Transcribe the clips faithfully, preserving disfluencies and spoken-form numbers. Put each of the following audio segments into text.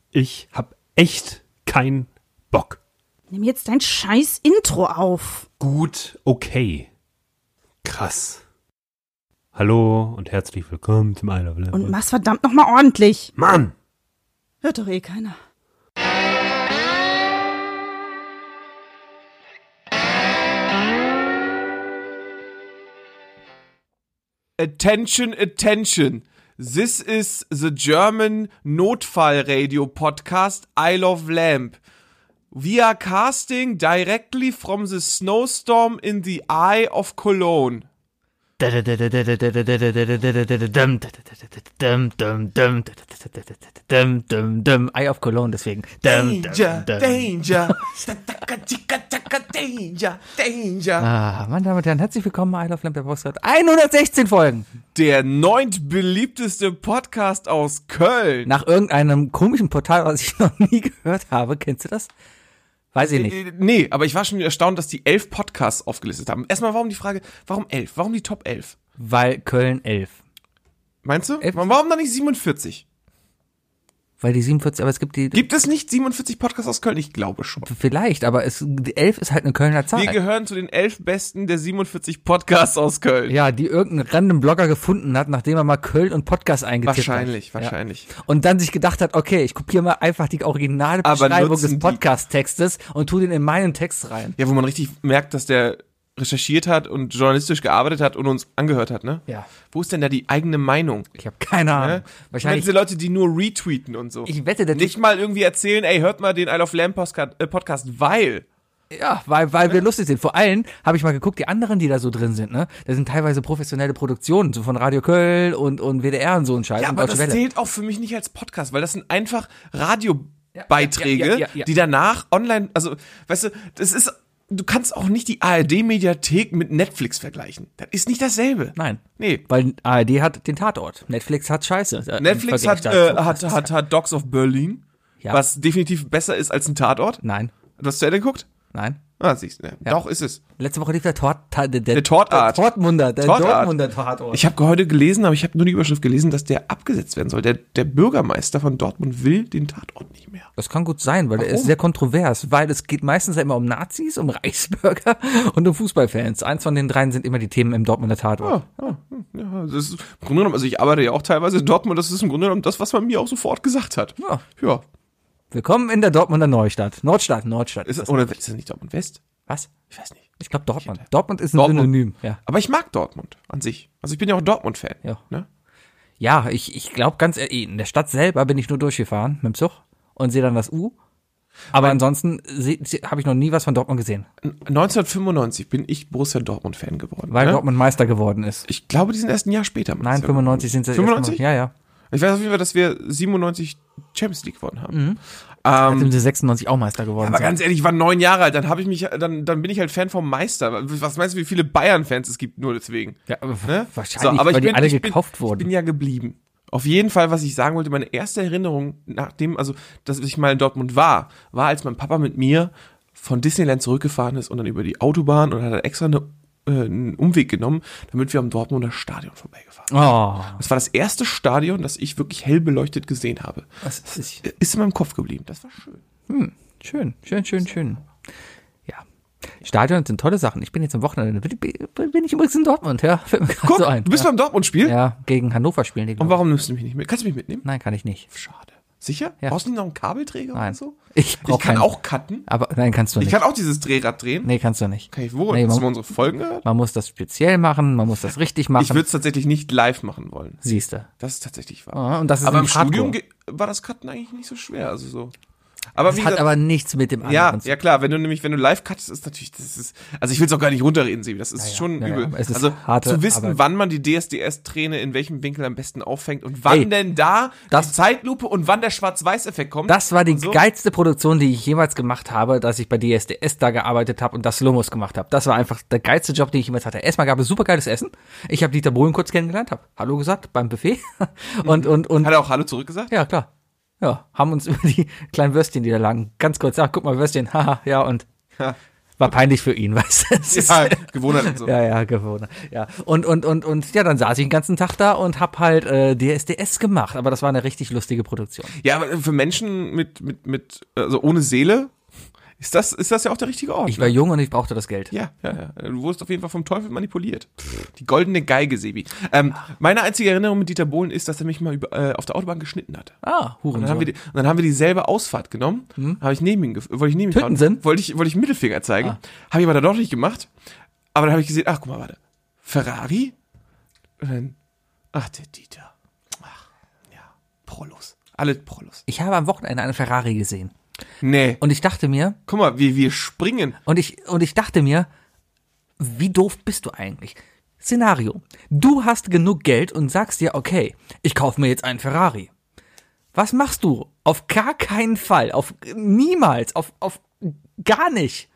Ich hab echt keinen Bock. Nimm jetzt dein scheiß Intro auf. Gut, okay. Krass. Hallo und herzlich willkommen zum I Love Lamp. Und mach's verdammt nochmal ordentlich. Mann! Hört doch eh keiner. Attention, attention. This is the German Notfallradio podcast I Love Lamp. We are casting directly from the snowstorm in the eye of Cologne. Eye of Cologne, deswegen. Danger, danger, danger, danger. Ah, meine Damen und Herren, herzlich willkommen bei I Love Lamp, der Podcast. hundertsechzehn Folgen. Der neuntbeliebteste Podcast aus Köln. Nach irgendeinem komischen Portal, was ich noch nie gehört habe. Kennst du das? Weiß ich nicht. Äh, Nee, aber ich war schon erstaunt, dass die elf Podcasts aufgelistet haben. Erstmal, warum die Frage, warum elf? Warum die Top elf? Weil Köln elf. Meinst du? Elf. Warum dann nicht siebenundvierzig? Weil die siebenundvierzig, aber es gibt die... Gibt es nicht siebenundvierzig Podcasts aus Köln? Ich glaube schon. Vielleicht, aber es, die elf ist halt eine Kölner Zahl. Wir gehören zu den elf besten der siebenundvierzig Podcasts aus Köln. Ja, die irgendein random Blogger gefunden hat, nachdem er mal Köln und Podcast eingetippt Wahrscheinlich, hat. wahrscheinlich. Ja. Und dann sich gedacht hat, okay, ich kopiere mal einfach die originale Aber Beschreibung nutzen des die- Podcast-Textes und tu den in meinen Text rein. Ja, wo man richtig merkt, dass der recherchiert hat und journalistisch gearbeitet hat und uns angehört hat, ne? Ja. Wo ist denn da die eigene Meinung? Ich habe keine Ahnung. Ne? Wahrscheinlich. Diese Leute, die nur retweeten und so. Ich wette, der Nicht mal irgendwie erzählen, ey, hört mal den I Love Lamp Podcast, äh, Podcast, weil. Ja, weil, weil wir lustig sind. Vor allem habe ich mal geguckt, die anderen, die da so drin sind, ne? Das sind teilweise professionelle Produktionen, so von Radio Köln und, und W D R und so ein Scheiß. Ja, und aber Deutsche das Welle. zählt auch für mich nicht als Podcast, weil das sind einfach Radiobeiträge, Ja, ja, ja, ja, ja. die danach online, also, weißt du, das ist, du kannst auch nicht die A R D-Mediathek mit Netflix vergleichen. Das ist nicht dasselbe. Nein. Nee. Weil A R D hat den Tatort. Netflix hat Scheiße. äh, im Netflix Vergleich hat, äh, dazu. hat, hat, hat Dogs of Berlin, Ja. was definitiv besser ist als ein Tatort. Nein. Du hast zu Ende geguckt? Nein. Ah, siehst du. Ja. Ja. Doch, ist es. Letzte Woche lief der Tort, der, der, Der Tortart. Der Tortmunder, der Tortart. Dortmunder Tatort. Ich habe heute gelesen, aber ich habe nur die Überschrift gelesen, dass der abgesetzt werden soll. Der, der Bürgermeister von Dortmund will den Tatort nicht mehr. Das kann gut sein, weil er ist Warum? sehr kontrovers, weil es geht meistens immer um Nazis, um Reichsbürger und um Fußballfans. Eins von den dreien sind immer die Themen im Dortmunder Tatort. Ja, ja, ja, das ist im Grunde genommen, also ich arbeite ja auch teilweise in Dortmund, das ist im Grunde genommen das, was man mir auch sofort gesagt hat. Ja. Ja. Willkommen in der Dortmunder Neustadt. Nordstadt, Nordstadt. Ist Ist das, das. oder ist das nicht Dortmund West? Was? Ich weiß nicht. Ich glaube Dortmund. Dortmund ist ein Dortmund. Synonym. Ja, Aber ich mag Dortmund an sich. Also ich bin ja auch Dortmund-Fan. Ja. Ne? ja ich, ich glaube ganz ehrlich, in der Stadt selber bin ich nur durchgefahren mit dem Zug und sehe dann das U. Aber ansonsten habe ich noch nie was von Dortmund gesehen, neunzehnhundertfünfundneunzig bin ich Borussia Dortmund-Fan geworden. weil ne? Dortmund Meister geworden ist. Ich glaube, die sind erst ein Jahr später. Nein, fünfundneunzig sind sie. fünfundneunzig? Ja, ja. Ich weiß auf jeden Fall, dass wir siebenundneunzig Champions League gewonnen haben. Mhm. Ähm, Sind sie sechsundneunzig auch Meister geworden. aber sind. ganz ehrlich, ich war neun Jahre alt, dann habe ich mich, dann, dann bin ich halt Fan vom Meister. Was meinst du, wie viele Bayern-Fans es gibt nur deswegen? Ja, aber Ne? wahrscheinlich, So, aber weil ich die bin, alle ich bin, gekauft Ich wurden. bin ja geblieben. Auf jeden Fall, was ich sagen wollte, meine erste Erinnerung, nachdem, also, dass ich mal in Dortmund war, war, als mein Papa mit mir von Disneyland zurückgefahren ist und dann über die Autobahn und hat dann extra eine, äh, einen Umweg genommen, damit wir am Dortmunder Stadion vorbeigefahren sind. Oh, Das war das erste Stadion, das ich wirklich hell beleuchtet gesehen habe. das ist Ist in meinem Kopf geblieben. Das war schön. schön, schön, schön, schön. Ja. Stadion sind tolle Sachen. Ich bin jetzt am Wochenende, bin, bin ich übrigens in Dortmund, ja. Fällt mir gerade Guck, so ein. du bist ja. beim Dortmund-Spiel? Ja, gegen Hannover spielen die. glaub Und warum nimmst du mich nicht mit? Kannst du mich mitnehmen? ich. Nein, kann ich nicht. Schade. Sicher? Ja. Brauchst du nicht noch einen Kabelträger Nein. oder so? Ich, brauch Ich kann keinen. auch cutten. Aber nein, kannst du Ich nicht. kann auch dieses Drehrad drehen. Nee, kannst du nicht. Kann ich wo? Nee, Hast du man- mal unsere Folgen gehört? Man muss das speziell machen, man muss das richtig machen. Ich würde es tatsächlich nicht live machen wollen. Siehst du. Das ist tatsächlich wahr. Ah, und das ist aber im nämlich Hardcore. Studium ge- war das Cutten eigentlich nicht so schwer. Also so. Aber Das wie hat gesagt, aber nichts mit dem anderen ja, zu ja klar, wenn du nämlich, wenn du live cuttest, ist natürlich, das ist, also ich will es auch gar nicht runterreden, Sebi, das ist Ja, ja. schon Ja, ja, übel. aber es ist also harte zu wissen, Arbeit. wann man die D S D S-Träne in welchem Winkel am besten auffängt und wann Ey, denn da das- die Zeitlupe und wann der Schwarz-Weiß-Effekt kommt. Das war die und so. geilste Produktion, die ich jemals gemacht habe, dass ich bei D S D S da gearbeitet habe und das Slomos gemacht habe. Das war einfach der geilste Job, den ich jemals hatte. Erstmal gab es super geiles Essen. Ich habe Dieter Bohlen kurz kennengelernt, habe Hallo gesagt beim Buffet und und und Hat er auch Hallo zurückgesagt? ja klar. Ja, haben uns über die kleinen Würstchen, die da lagen, ganz kurz, ach guck mal Würstchen, haha, ja und Ja. War peinlich für ihn, weißt du? Es ist- Ja, Gewohnheit und so. Ja, ja, gewohnt. Ja. Und, und, und, und ja, dann saß ich den ganzen Tag da und hab halt äh, D S D S gemacht. Aber das war eine richtig lustige Produktion. Ja, aber für Menschen mit, mit, mit, also ohne Seele, ist das, ist das ja auch der richtige Ort. Ich war ne? jung und ich brauchte das Geld. Ja, ja, ja. Du wurdest auf jeden Fall vom Teufel manipuliert. Die goldene Geige, Sebi. Ähm, meine einzige Erinnerung mit Dieter Bohlen ist, dass er mich mal über, äh, auf der Autobahn geschnitten hat. Ah, Und Hurensohn. dann haben wir, die, und dann haben wir dieselbe Ausfahrt genommen, habe ich neben ihn, gef- wollte ich neben ihn fahren, Tütensinn? wollte ich, wollte ich Mittelfinger zeigen, Ah. habe ich aber dann doch nicht gemacht. Aber dann habe ich gesehen, ach, guck mal, warte, Ferrari? Und dann, ach, der Dieter. Ach, ja, Prollos. Alle Prollos. Ich habe am Wochenende einen Ferrari gesehen. Nee, Und ich dachte mir, guck mal, wie wir springen. und ich, und ich dachte mir, wie doof bist du eigentlich? Szenario. Du hast genug Geld und sagst dir, okay, ich kaufe mir jetzt einen Ferrari. Was machst du? Auf gar keinen Fall. Auf niemals. Auf, auf gar nicht.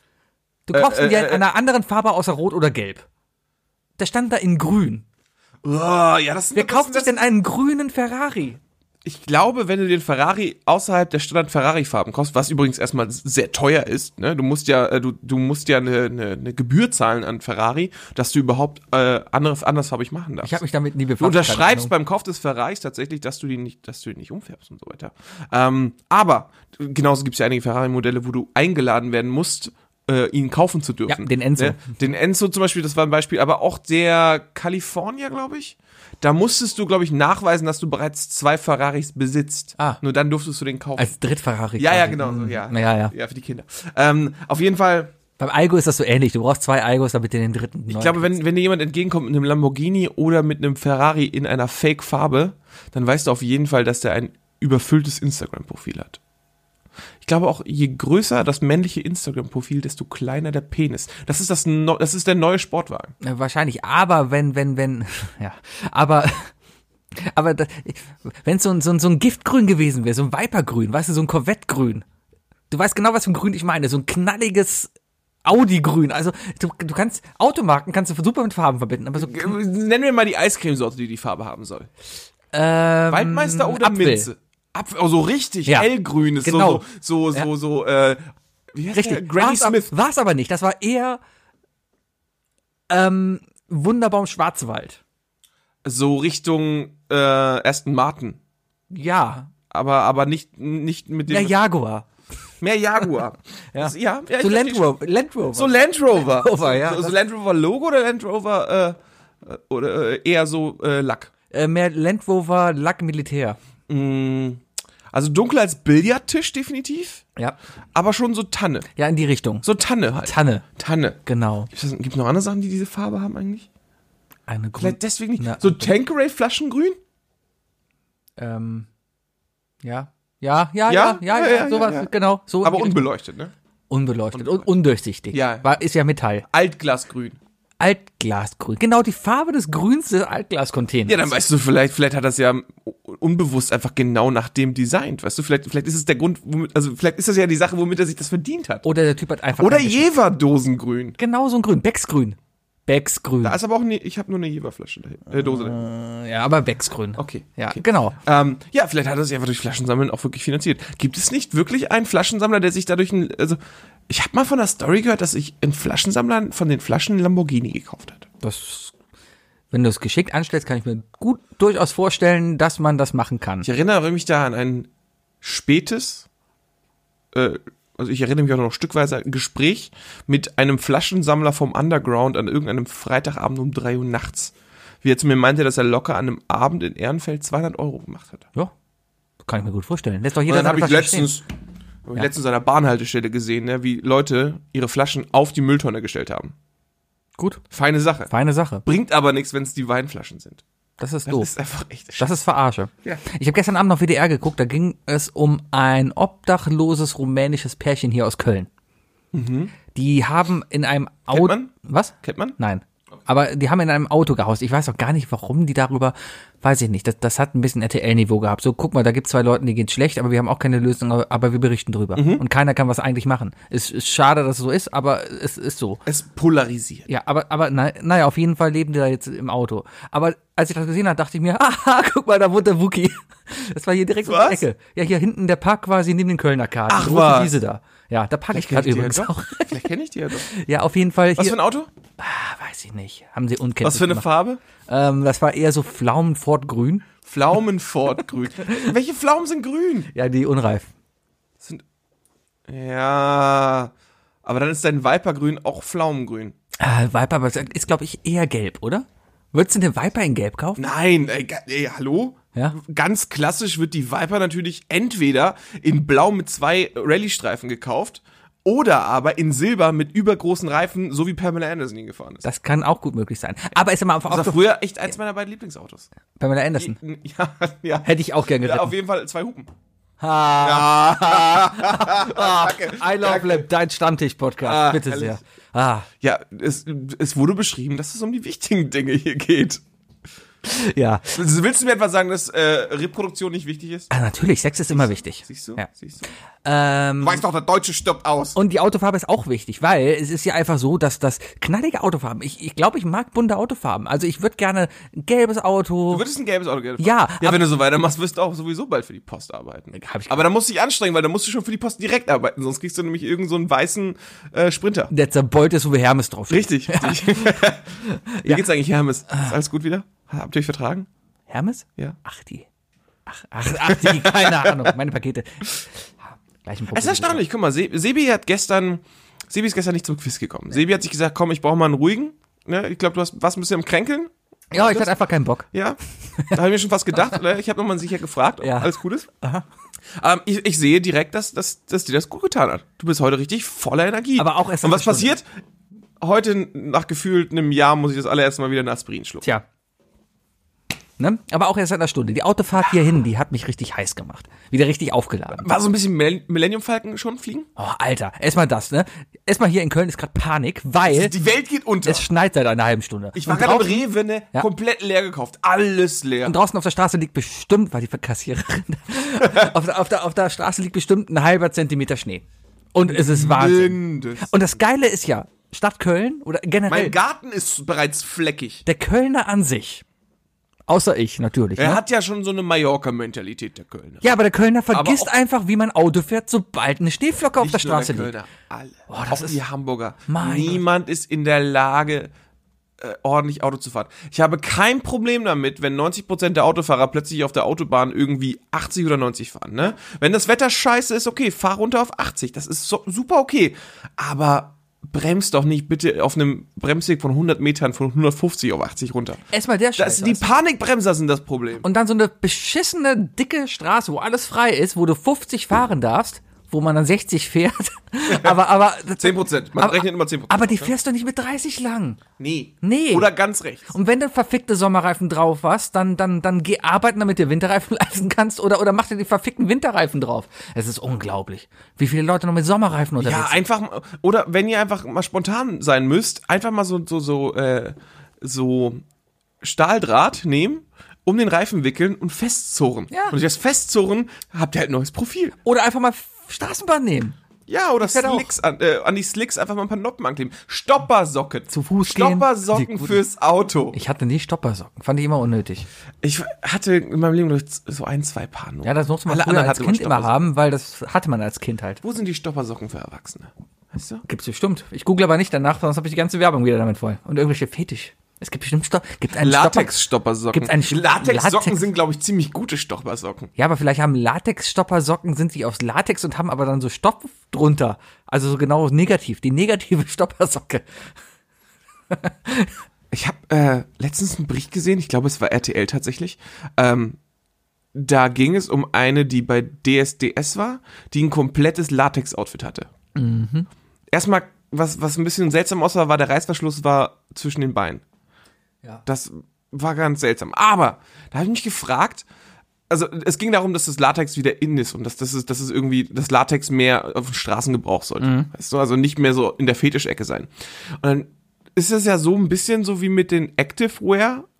Du kaufst äh, ihn dir äh, in einer anderen Farbe außer Rot oder Gelb. Der stand da in Grün. Oh, ja, das, Wer das, kauft das, sich denn einen grünen Ferrari? Ich glaube, wenn du den Ferrari außerhalb der Standard-Ferrari-Farben kaufst, was übrigens erstmal sehr teuer ist, ne? Du musst ja, äh, du, du musst ja eine, eine, eine Gebühr zahlen an Ferrari, dass du überhaupt äh, andere, andersfarbig machen darfst. Ich habe mich damit nie Du befasst. keine unterschreibst Ahnung. beim Kauf des Ferraris tatsächlich, dass du den nicht, dass du den nicht umfärbst und so weiter. Ähm, aber genauso gibt es ja einige Ferrari-Modelle, wo du eingeladen werden musst, äh, ihn kaufen zu dürfen. Ja, den Enzo. Ne? Den Enzo zum Beispiel, das war ein Beispiel, aber auch der California, glaube ich. Da musstest du, glaube ich, nachweisen, dass du bereits zwei Ferraris besitzt. Ah. Nur dann durftest du den kaufen. Als Drittferrari. ja, ja, quasi. genau. So, Mhm. ja. Ja, ja. Ja, für die Kinder. Ähm, auf jeden Fall. Beim Aigo ist das so ähnlich. Du brauchst zwei Aigos, damit du den dritten. Ich glaube, wenn, wenn dir jemand entgegenkommt mit einem Lamborghini oder mit einem Ferrari in einer Fake-Farbe, dann weißt du auf jeden Fall, dass der ein überfülltes Instagram-Profil hat. Ich glaube auch, je größer das männliche Instagram-Profil, desto kleiner der Penis. Das ist das, no, das ist der neue Sportwagen. Ja, wahrscheinlich, aber wenn, wenn, wenn, ja, aber, aber wenn es so ein, so ein, so ein Giftgrün gewesen wäre, so ein Vipergrün, weißt du, so ein Corvette-Grün. Du weißt genau, was für ein Grün ich meine, so ein knalliges Audi-Grün. Also du, du kannst, Automarken kannst du super mit Farben verbinden, aber so Nennen wir mal die Eiscremesorte, die die Farbe haben soll. ähm, Waldmeister oder Apfel. Minze? Apfel, oh, so richtig Ja. hellgrün. Ist Genau. So, so, so, so, so, äh, wie heißt der? Richtig, Granny war's, ab- Smith. war's aber nicht, das war eher ähm, Wunderbaum Schwarzwald. So Richtung äh, Aston Martin. Ja, Aber, aber nicht, nicht mit dem. der Jaguar. Mehr Jaguar. Ja. Das, ja, ja, So ich Land versteh Rover. Land Rover. schon. So Land Rover. Rover, ja. So, so Land Rover Logo oder Land Rover, äh, äh, oder äh, eher so äh, Lack. äh, mehr Land Rover Lack Militär. Mm, also dunkler als Billardtisch definitiv, Ja. aber schon so Tanne. Ja, in die Richtung. So Tanne halt. Tanne. Tanne. Genau. Gibt es noch andere Sachen, die diese Farbe haben eigentlich? Eine grüne. Vielleicht deswegen nicht. Na, So Tanqueray Flaschengrün? Ähm, ja. Ja, ja, ja, Ja? ja, ja, Ja, ja, sowas, ja, ja. genau. So Aber in die Richtung. unbeleuchtet, ne? Unbeleuchtet und undurchsichtig. Ja. War, ist ja Metall. Altglasgrün. Altglasgrün. Genau die Farbe des Grüns des Altglascontainers. Ja, dann weißt du, vielleicht, vielleicht hat das ja unbewusst einfach genau nach dem designt. Weißt du, vielleicht, vielleicht ist es der Grund, womit, also vielleicht ist das ja die Sache, womit er sich das verdient hat. Oder der Typ hat einfach. Oder keinen Geschmack. Jever-Dosengrün. Genau so ein Grün. Becksgrün. Becksgrün. Da ist aber auch nie, ich habe nur eine Jever-Flasche dahin, äh, Dose dahin. Ja, aber Becksgrün. Okay. Ja, okay. genau. Ähm, ja, vielleicht hat er sich einfach durch Flaschensammeln auch wirklich finanziert. Gibt es nicht wirklich einen Flaschensammler, der sich dadurch ein, also ich habe mal von der Story gehört, dass sich ein Flaschensammler von den Flaschen Lamborghini gekauft hat. Das, wenn du es geschickt anstellst, kann ich mir gut durchaus vorstellen, dass man das machen kann. Ich erinnere mich da an ein spätes, äh, also ich erinnere mich auch noch stückweise ein Gespräch mit einem Flaschensammler vom Underground an irgendeinem Freitagabend um drei Uhr nachts. Wie er zu mir meinte, dass er locker an einem Abend in Ehrenfeld zweihundert Euro gemacht hat. Ja, kann ich mir gut vorstellen. Lässt doch Und jeder dann habe seine ich Flasche letztens, stehen. hab ich Ja. letztens an der Bahnhaltestelle gesehen, ne, wie Leute ihre Flaschen auf die Mülltonne gestellt haben. Gut, Feine Sache. feine Sache. Bringt aber nichts, wenn es die Weinflaschen sind. Das ist Das doof. ist einfach echt Das ist Verarsche. Ja. Ich habe gestern Abend noch W D R geguckt, da ging es um ein obdachloses rumänisches Pärchen hier aus Köln. Die haben in einem Auto... man? Was? Kennt man? Nein. Aber die haben in einem Auto gehaust. Ich weiß auch gar nicht, warum die darüber weiß ich nicht, das, das hat ein bisschen R T L-Niveau gehabt. So, guck mal, da gibt es zwei Leute, die geht's schlecht, aber wir haben auch keine Lösung, aber, aber wir berichten drüber. Mhm. Und keiner kann was eigentlich machen. Es ist schade, dass es so ist, aber es ist so. Es polarisiert. Ja, aber, aber na, naja, auf jeden Fall leben die da jetzt im Auto. Aber als ich das gesehen habe, dachte ich mir, aha, guck mal, da wohnt der Wookie. Das war hier direkt um die Ecke. Ja, hier hinten der Park quasi neben den Kölner Karten. Ach, was? Diese da. Ja, da parke ich gerade übrigens ja auch. Vielleicht kenne ich die ja doch. Ja, auf jeden Fall hier. Was für ein Auto? Ah, weiß ich nicht. Haben sie unkenntlich Was für eine gemacht. Farbe? Ähm, das war eher so Pflaumenfortgrün. Pflaumenfortgrün. Welche Pflaumen sind grün? Ja, die unreif. Sind ja, aber dann ist dein Vipergrün auch Pflaumengrün. Äh, Viper aber ist, glaube ich, eher gelb, oder? Würdest du eine Viper in gelb kaufen? Nein, ey, ey, hallo? Ja. Ganz klassisch wird die Viper natürlich entweder in blau mit zwei Rallye-Streifen gekauft oder aber in Silber mit übergroßen Reifen, so wie Pamela Anderson ihn gefahren ist. Das kann auch gut möglich sein. Aber ist immer einfach Das war früher echt eins meiner beiden Lieblingsautos. Pamela Anderson. Ja, ja. Hätte ich auch gern geritten. Ja, auf jeden Fall zwei Hupen. Ha. Ja. I Love Lab, dein Stammtisch-Podcast. Ah, Bitte herrlich. sehr. Ah. Ja, es, es wurde beschrieben, dass es um die wichtigen Dinge hier geht. Ja. Willst du mir etwa sagen, dass äh, Reproduktion nicht wichtig ist? Ah, natürlich, Sex ist immer wichtig. Siehst du? Ja. Siehst du? Ähm, Weiß doch, der Deutsche stirbt aus. Und die Autofarbe ist auch wichtig, weil es ist ja einfach so, dass das knallige Autofarben, ich, ich glaube, ich mag bunte Autofarben. Also ich würde gerne ein gelbes Auto. Du würdest ein gelbes Auto gerne fahren. Ja. Ja, aber- wenn du so weitermachst, wirst du auch sowieso bald für die Post arbeiten. Hab ich Aber da musst du dich anstrengen, weil da musst du schon für die Post direkt arbeiten, sonst kriegst du nämlich irgend so einen weißen äh, Sprinter. Der zerbeult ist, wo wir Hermes drauf steht. Richtig, richtig. Wie Ja. geht's eigentlich, Hermes? Ist alles gut wieder? Habt ihr euch vertragen? Hermes? Ja. Ach, die. Ach, ach, ach, die, keine Ahnung. Meine Pakete. Gleichen Es ist erstaunlich, guck mal, Se- Sebi hat gestern, Sebi ist gestern nicht zum Quiz gekommen. Sebi hat sich gesagt, komm, ich brauche mal einen ruhigen. Ne? Ich glaube, du hast was ein bisschen am Kränkeln. Ja, ich hatte einfach keinen Bock. Ja, da habe ich mir schon fast gedacht. Ne? Ich habe nochmal sicher gefragt, ob Ja. alles gut ist. Ähm, ich, ich sehe direkt, dass, dass, dass dir das gut getan hat. Du bist heute richtig voller Energie. Aber auch erst Und nach was einer Stunde. passiert? Heute, nach gefühlt einem Jahr, muss ich das allererste Mal wieder ein Aspirin schlucken. Tja. Ne? Aber auch erst seit einer Stunde. Die Autofahrt hierhin, die hat mich richtig heiß gemacht. Wieder richtig aufgeladen. War so ein bisschen Mil- Millennium Falcon schon fliegen? Oh, Alter. Erstmal das, ne? Erstmal hier in Köln ist gerade Panik, weil Die Welt geht unter. es schneit seit einer halben Stunde. Ich war Und gerade am draußen- Rewe, ne, Ja. komplett leer gekauft. Alles leer. Und draußen auf der Straße liegt bestimmt, weil die Kassiererin, auf, der, auf, der, auf der Straße liegt bestimmt ein halber Zentimeter Schnee. Und es ist Wahnsinn. Mindestens. Und das Geile ist ja, Stadt Köln oder generell, Mein Garten ist bereits fleckig. der Kölner an sich, außer ich natürlich, Er ne? hat ja schon so eine Mallorca-Mentalität, der Kölner. Ja, aber der Kölner vergisst auch- einfach, wie man Auto fährt, sobald eine Schneeflocke auf der Nicht nur Straße der liegt. Kölner, alle. Boah, das auch ist- die Hamburger. Mein Niemand ist in der Lage, äh, ordentlich Auto zu fahren. Ich habe kein Problem damit, wenn neunzig Prozent der Autofahrer plötzlich auf der Autobahn irgendwie achtzig oder neunzig fahren. Ne? Wenn das Wetter scheiße ist, okay, fahr runter auf achtzig. Das ist so, super okay. Aber bremst doch nicht bitte auf einem Bremsweg von hundert Metern von hundertfünfzig auf achtzig runter. Erstmal der Das, Scheiß. die Panikbremser sind das Problem. Und dann so eine beschissene, dicke Straße, wo alles frei ist, wo du fünfzig fahren darfst, wo man dann sechzig fährt. aber, aber, zehn Prozent. Man aber, rechnet immer zehn Prozent. aber die fährst du nicht mit dreißig lang. Nee. Nee. Oder ganz rechts. Und wenn du verfickte Sommerreifen drauf hast, dann, dann, dann geh arbeiten, damit du Winterreifen leisten kannst, oder, oder mach dir die verfickten Winterreifen drauf. Es ist unglaublich, wie viele Leute noch mit Sommerreifen unterwegs Ja, sind. einfach, mal- oder wenn ihr einfach mal spontan sein müsst, einfach mal so, so, so, äh, so Stahldraht nehmen, um den Reifen wickeln und festzurren. Ja. Und durch das Festzurren habt ihr halt ein neues Profil. Oder einfach mal Straßenbahn nehmen. Ja, oder fährt auch. Slicks an, äh, an die Slicks einfach mal ein paar Noppen ankleben. Stoppersocken. Zu Fuß gehen. Stoppersocken Sieht gut fürs Auto. Ich hatte nie Stoppersocken, fand ich immer unnötig. Ich hatte in meinem Leben durch so ein, zwei Paar nur. Ja, das musste man Alle früher anderen als hatten Kind immer Stoppersocken. haben, weil das hatte man als Kind halt. Wo sind die Stoppersocken für Erwachsene? Weißt du? Gibt's bestimmt. Ich google aber nicht danach, sonst habe ich die ganze Werbung wieder damit voll. Und irgendwelche Fetisch. Es gibt bestimmt Stopp. Gibt einen Stopper. Latex-Stoppersocken. Gibt's einen Sch- Latex-Socken Latex- sind, glaube ich, ziemlich gute Stoppersocken. Ja, aber vielleicht haben Latex-Stoppersocken, sind die aus Latex und haben aber dann so Stopp drunter. Also so genau negativ. Die negative Stoppersocke. Ich habe äh, letztens einen Bericht gesehen, ich glaube, es war R T L tatsächlich. Ähm, da ging es um eine, die bei D S D S war, die ein komplettes Latex-Outfit hatte. Mhm. Erstmal, was, was ein bisschen seltsam aussah, war, der Reißverschluss war zwischen den Beinen. Ja. Das war ganz seltsam. Aber da habe ich mich gefragt, also es ging darum, dass das Latex wieder in ist und dass das ist, dass es irgendwie das Latex mehr auf den Straßengebrauch sollte. Mhm. Weißt du? Also nicht mehr so in der Fetischecke sein. Und dann ist es ja so ein bisschen so wie mit den Activewear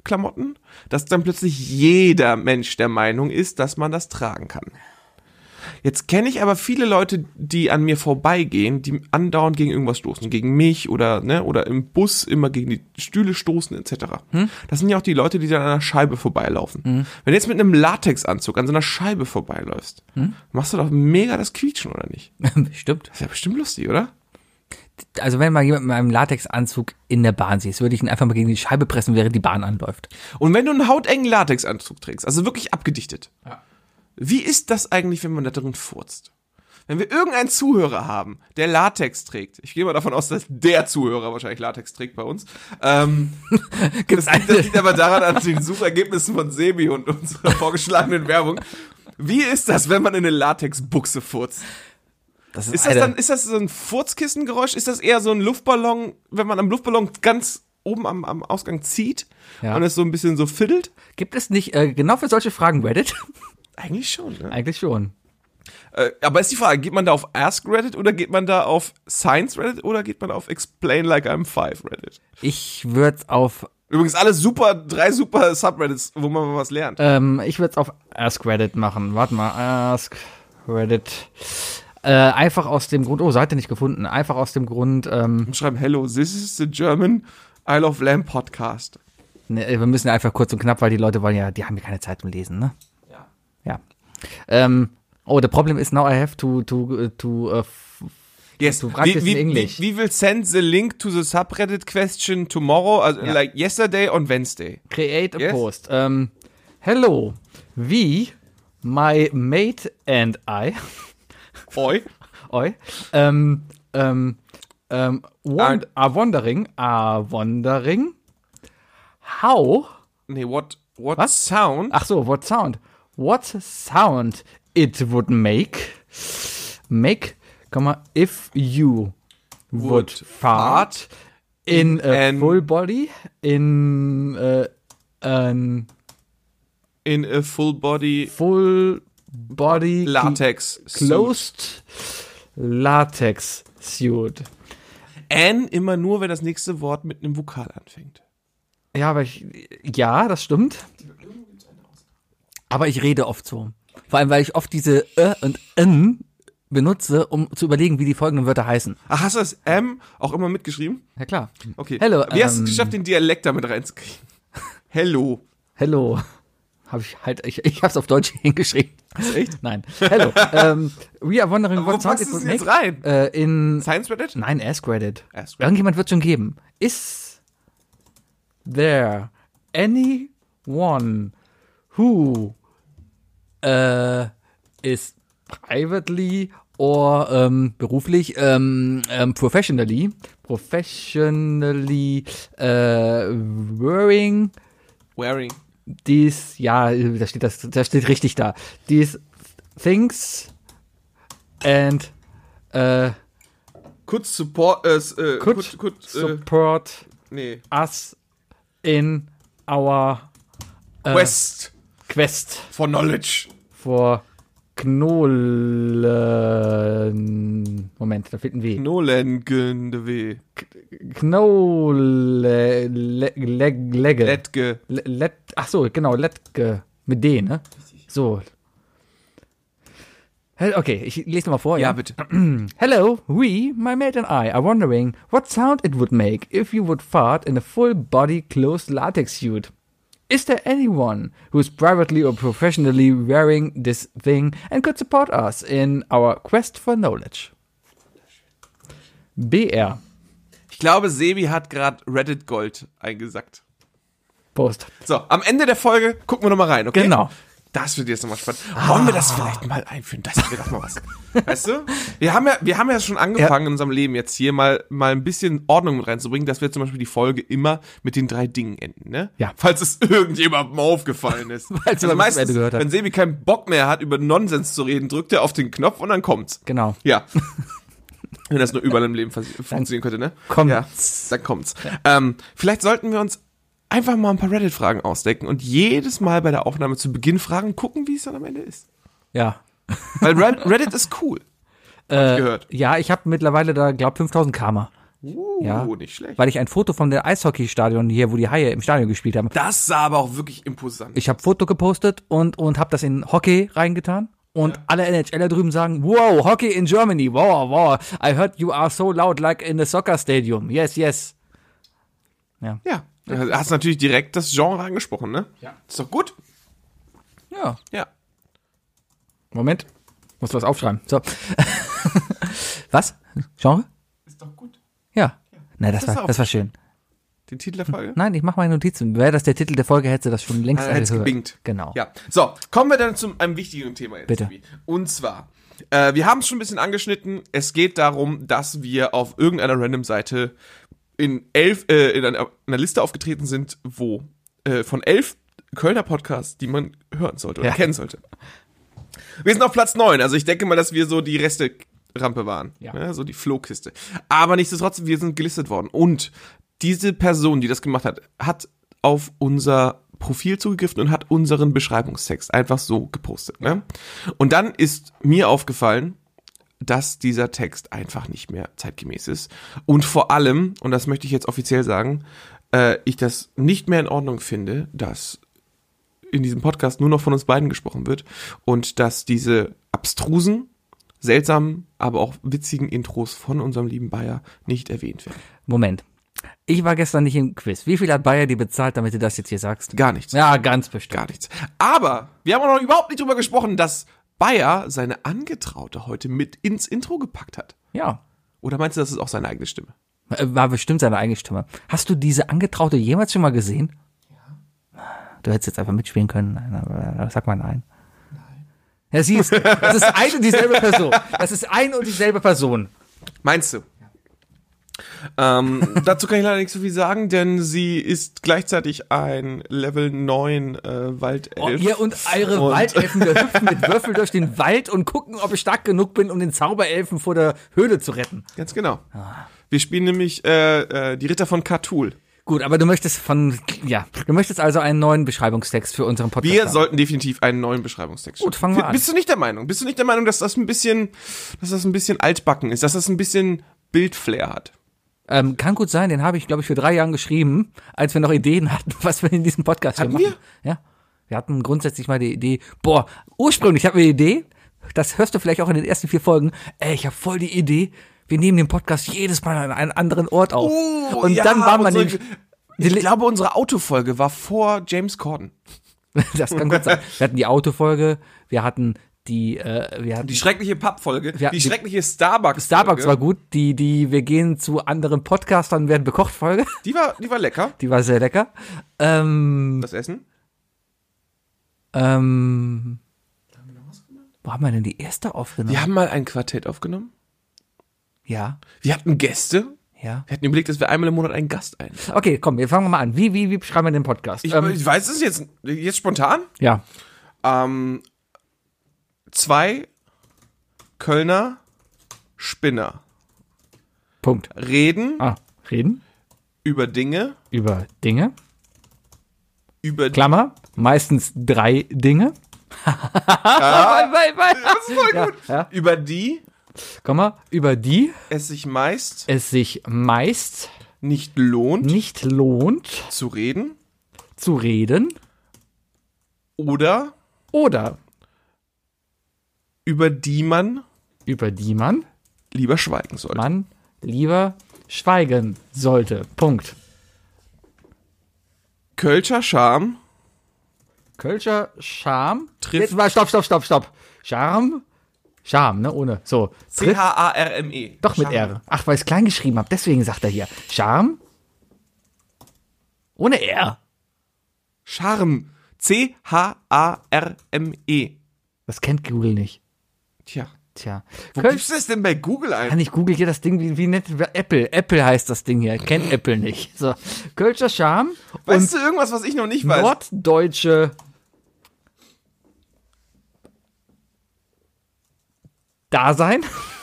Klamotten, dass dann plötzlich jeder Mensch der Meinung ist, dass man das tragen kann. Jetzt kenne ich aber viele Leute, die an mir vorbeigehen, die andauernd gegen irgendwas stoßen, gegen mich oder ne oder im Bus immer gegen die Stühle stoßen et cetera. Hm? Das sind ja auch die Leute, die dann an einer Scheibe vorbeilaufen. Hm? Wenn du jetzt mit einem Latexanzug an so einer Scheibe vorbeiläufst, hm? machst du doch mega das Quietschen, oder nicht? Stimmt. Das ist ja bestimmt lustig, oder? Also wenn mal jemand mit einem Latexanzug in der Bahn siehst, würde ich ihn einfach mal gegen die Scheibe pressen, während die Bahn anläuft. Und wenn du einen hautengen Latexanzug trägst, also wirklich abgedichtet, ja. Wie ist das eigentlich, wenn man da drin furzt? Wenn wir irgendeinen Zuhörer haben, der Latex trägt, ich gehe mal davon aus, dass der Zuhörer wahrscheinlich Latex trägt bei uns, ähm, das, das liegt aber daran an den Suchergebnissen von Sebi und unserer vorgeschlagenen Werbung. Wie ist das, wenn man in eine Latexbuchse furzt? Das ist, ist, das dann, ist das so ein Furzkissengeräusch? Ist das eher so ein Luftballon, wenn man am Luftballon ganz oben am, am Ausgang zieht ja. und es so ein bisschen so fiddelt? Gibt es nicht äh, genau für solche Fragen Reddit? Eigentlich schon, ne? Eigentlich schon. Äh, aber ist die Frage, geht man da auf Ask Reddit oder geht man da auf Science Reddit oder geht man auf Explain Like I'm Five Reddit? Ich würde auf... Übrigens alles super, drei super Subreddits, wo man mal was lernt. Ähm, ich würde es auf Ask Reddit machen. Warte mal, Ask Reddit. Äh, einfach aus dem Grund, oh, Seite nicht gefunden. Einfach aus dem Grund, ähm... Schreiben, hello, this is the German Isle of Lamb Podcast. Ne, wir müssen einfach kurz und knapp, weil die Leute wollen ja, die haben ja keine Zeit zum Lesen, ne? Ja. Ähm, oh, the problem is now I have to to to uh, yes. to practice we, in English. We, we will send the link to the subreddit question tomorrow, uh, yeah. like yesterday on Wednesday. Create a yes? post. Um, hello, we, my mate and I. Oi. Oi. Um, um, um, won- are wondering, are wondering how. Nee, what, what Was? sound? Ach so, what sound? What sound it would make, make, if you would, would fart in a an, full body, in uh, an in a full body, full body latex closed latex suit. N immer nur, wenn das nächste Wort mit einem Vokal anfängt. Ja, aber ich, ja, das stimmt. Aber ich rede oft so. Vor allem, weil ich oft diese Ö und N benutze, um zu überlegen, wie die folgenden Wörter heißen. Ach, hast du das M auch immer mitgeschrieben? Ja, klar. Okay. Hello. Wie hast du ähm, es geschafft, den Dialekt damit reinzukriegen? Hello. Hello. Habe ich halt, ich, ich habe es auf Deutsch hingeschrieben. Echt? Nein. Hello. um, we are wondering Aber what wo sound packst it du would es jetzt make. rein? Äh, in Science Reddit? Nein, Ask Reddit. Ask Reddit. Irgendjemand wird schon geben. Is there anyone who uh, is privately or um, beruflich, um, um, professionally, professionally uh, wearing Wearing. these, ja, da steht das, da steht richtig da. These things and uh, Could support us, äh, could, could, could äh, support nee. us in our uh, Quest quest for knowledge. for Knollen. Moment, da fehlt ein W. Knolengende W. Knolle, le, leg, legge. Letge. Le, let, ach so, genau, Letge. Mit D, ne? So. Hel- Okay, ich lese nochmal vor. Ja, Ja, bitte. Hello, we, my mate and I, are wondering what sound it would make if you would fart in a full-body closed latex suit. Is there anyone who is privately or professionally wearing this thing and could support us in our quest for knowledge? B R. Ich glaube, Sebi hat gerade Reddit Gold eingesackt. Post. So, am Ende der Folge gucken wir nochmal rein, okay? Genau. Das wird jetzt nochmal spannend. Wollen wir das vielleicht mal einführen? Das wäre doch mal was. Weißt du? Wir haben ja, wir haben ja schon angefangen Ja. in unserem Leben jetzt hier mal, mal ein bisschen Ordnung mit reinzubringen, dass wir zum Beispiel die Folge immer mit den drei Dingen enden, ne? Ja. Falls es irgendjemandem aufgefallen ist. Falls jemand bis zum Ende gehört hat. wenn Sebi keinen Bock mehr hat, über Nonsens zu reden, drückt er auf den Knopf und dann kommt's. Genau. Ja. Wenn das nur überall im Leben vers- funktionieren könnte, ne? kommt's. Ja, dann kommt's. Ähm, vielleicht sollten wir uns einfach mal ein paar Reddit-Fragen ausdecken und jedes Mal bei der Aufnahme zu Beginn fragen, gucken, wie es dann am Ende ist. Ja. Weil Red- Reddit ist cool. Äh, gehört. Ja, ich habe mittlerweile da, glaub, fünftausend Karma. Uh, Ja. nicht schlecht. Weil ich ein Foto von der Eishockeystadion hier, wo die Haie im Stadion gespielt haben. Das sah aber auch wirklich imposant. Ich habe Foto gepostet und und habe das in Hockey reingetan. Und alle N H Ler drüben sagen, wow, Hockey in Germany, wow, wow. I heard you are so loud like in the soccer stadium. Yes, yes. Ja, du hast natürlich direkt das Genre angesprochen, ne? Ja. Ist doch gut. Ja. Ja. Moment. Muss was aufschreiben. So. Was? Genre? Ist doch gut. Ja. Nein, das Das war, auch. das war schön. Den Titel der Folge? Nein, ich mache meine Notizen. Wäre das der Titel der Folge, hätte das schon längst Ah, hätt's gehört. gebingt. Genau. Ja. So, kommen wir dann zu einem wichtigen Thema jetzt. Bitte. Tobi. Und zwar, äh, wir haben es schon ein bisschen angeschnitten. Es geht darum, dass wir auf irgendeiner Random-Seite in elf, äh, in einer, einer Liste aufgetreten sind, wo äh, von elf Kölner Podcasts, die man hören sollte oder Ja. kennen sollte. Wir sind auf Platz neun, also ich denke mal, dass wir so die Reste-Rampe waren. Ja. Ja, so die Flohkiste. Aber nichtsdestotrotz, wir sind gelistet worden. Und diese Person, die das gemacht hat, hat auf unser Profil zugegriffen und hat unseren Beschreibungstext einfach so gepostet. Ne? Und dann ist mir aufgefallen, dass dieser Text einfach nicht mehr zeitgemäß ist. Und vor allem, und das möchte ich jetzt offiziell sagen, äh, ich das nicht mehr in Ordnung finde, dass in diesem Podcast nur noch von uns beiden gesprochen wird und dass diese abstrusen, seltsamen, aber auch witzigen Intros von unserem lieben Bayer nicht erwähnt werden. Moment. Ich war gestern nicht im Quiz. Wie viel hat Bayer dir bezahlt, damit du das jetzt hier sagst? Gar nichts. Ja, ganz bestimmt. Gar nichts. Aber wir haben auch noch überhaupt nicht drüber gesprochen, dass Bayer seine Angetraute heute mit ins Intro gepackt hat. Ja. Oder meinst du, das ist auch seine eigene Stimme? War bestimmt seine eigene Stimme. Hast du diese Angetraute jemals schon mal gesehen? Ja. Du hättest jetzt einfach mitspielen können. Nein, aber sag mal nein. Nein. Ja, siehst du, das ist ein und dieselbe Person. Das ist ein und dieselbe Person. Meinst du? Ähm, dazu kann ich leider nicht so viel sagen, denn sie ist gleichzeitig ein Level neun äh, Waldelf. Oh, ihr und eure Und- Waldelfen, wir hüpfen mit Würfel durch den Wald und gucken, ob ich stark genug bin, um den Zauberelfen vor der Höhle zu retten. Ganz genau. Wir spielen nämlich äh, äh, die Ritter von Katul. Gut, aber du möchtest von, ja, du möchtest also einen neuen Beschreibungstext für unseren Podcast Wir haben. sollten definitiv einen neuen Beschreibungstext Gut, schreiben. fangen wir an. Bist du nicht der Meinung? Bist du nicht der Meinung, dass das ein bisschen, dass das ein bisschen altbacken ist, dass das ein bisschen Bildflair hat? Ähm, kann gut sein, den habe ich, glaube ich, für drei Jahren geschrieben, als wir noch Ideen hatten, was wir in diesem Podcast Hatten hier machen. Ja. Wir hatten grundsätzlich mal die Idee, boah, ursprünglich hatten wir die Idee, das hörst du vielleicht auch in den ersten vier Folgen, ey, ich habe voll die Idee, wir nehmen den Podcast jedes Mal an einem anderen Ort auf. und ja, dann war man unsere, den, Ich glaube, unsere Autofolge war vor James Corden. das kann gut sein. Wir hatten die Autofolge, wir hatten die, äh, wir hatten Die schreckliche Pappfolge, Ja, die, die- schreckliche Starbucks. Starbucks war gut, die, die, wir gehen zu anderen Podcastern, werden bekocht Folge, Die war, die war lecker. die war sehr lecker. Ähm, Das Essen. ähm, wo haben wir denn die erste aufgenommen? Wir haben mal ein Quartett aufgenommen. Ja, Wir hatten Gäste. ja. Wir hatten überlegt, dass wir einmal im Monat einen Gast ein. Okay, komm, wir fangen mal an. Wie, wie, wie beschreiben wir den Podcast? Ich, ähm, ich weiß es jetzt, jetzt spontan. ja, Ähm, zwei Kölner Spinner Punkt. reden Ah, reden über Dinge, über Dinge, über die. Klammer, meistens drei Dinge. Ah, Weil, weil, das ist voll ja, gut. ja, Über die Komma, über die es sich meist es sich meist nicht lohnt nicht lohnt zu reden zu reden oder oder über die man über die man, lieber schweigen sollte. man lieber schweigen sollte. Punkt. Kölscher Charme Kölscher Charme. Trifft- Jetzt mal, stopp, stopp, stopp, stopp. Charme. Charme, ne? Ohne. So. C Trifft- H A R M E. Doch mit Charme. R. Ach, weil ich es klein geschrieben habe. Deswegen sagt er hier. Charme. Ohne R. Charme. C H A R M E. Das kennt Google nicht. Tja. Tja. Wo Kölsch- gibst du das denn bei Google ein? Kann ich google hier das Ding, wie, wie nennt Apple. Apple heißt das Ding hier. Kennt Apple nicht. So. Kölscher Charme Weißt du irgendwas, was ich noch nicht und weiß? norddeutsche Dasein.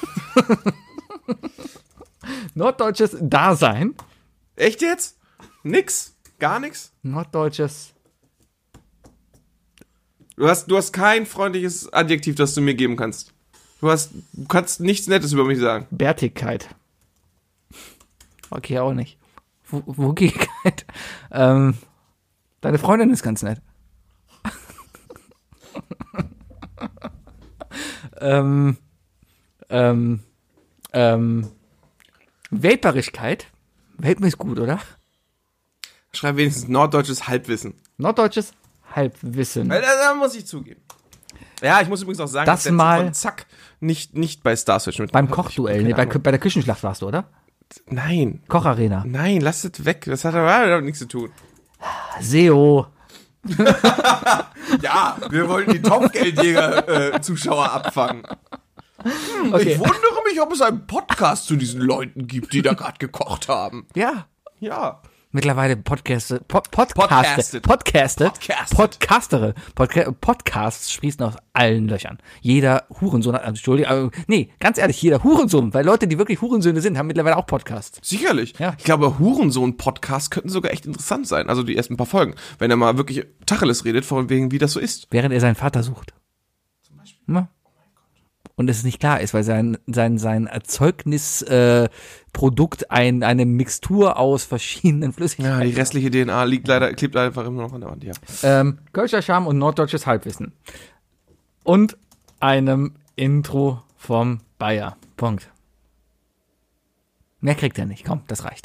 Norddeutsches Dasein. Echt jetzt? Nix? Gar nix? Norddeutsches. Du hast, du hast kein freundliches Adjektiv, das du mir geben kannst. Du hast, du kannst nichts Nettes über mich sagen. Bärtigkeit. Okay, auch nicht. Wo, Wogigkeit. Ähm, deine Freundin ist ganz nett. ähm, ähm, ähm, Vaporigkeit. Vapen ist gut, oder? Schreib wenigstens norddeutsches Halbwissen. Norddeutsches Halbwissen. Da, da muss ich zugeben. Ja, ich muss übrigens auch sagen, Das dass der mal- Typ von Zack nicht, nicht bei Star Search mit. Beim Kochduell, nee, bei, bei der Küchenschlacht warst du, oder? Nein, Kocharena. nein, lass das weg. Das hat aber nichts zu tun. S E O. Ja, wir wollen die Topfgeldjäger-Zuschauer abfangen. Hm, Okay. Ich wundere mich, ob es einen Podcast zu diesen Leuten gibt, die da gerade gekocht haben. Ja. Ja. Mittlerweile Podcaste, Pod, Podcaste, Podcasted. Podcaste, Podcasted. Podcastere, Podca Podcasts sprießen aus allen Löchern. Jeder Hurensohn hat, Entschuldigung, äh, nee, ganz ehrlich, jeder Hurensohn, weil Leute, die wirklich Hurensöhne sind, haben mittlerweile auch Podcasts. Sicherlich. Ja. Ich glaube, Hurensohn-Podcasts könnten sogar echt interessant sein. Also die ersten paar Folgen. Wenn er mal wirklich Tacheles redet, von wegen, wie das so ist. Während er seinen Vater sucht. Zum Beispiel. Ja. Und es nicht klar ist, weil sein, sein, sein Erzeugnisprodukt äh, Produkt ein, eine Mixtur aus verschiedenen Ja, Flüssigkeiten. die restliche D N A liegt leider, klebt einfach immer noch an der Wand, ja. Ähm, Kölscher Charme und norddeutsches Halbwissen. Und einem Intro vom Bayer. Punkt. Mehr kriegt er nicht. Komm, das reicht.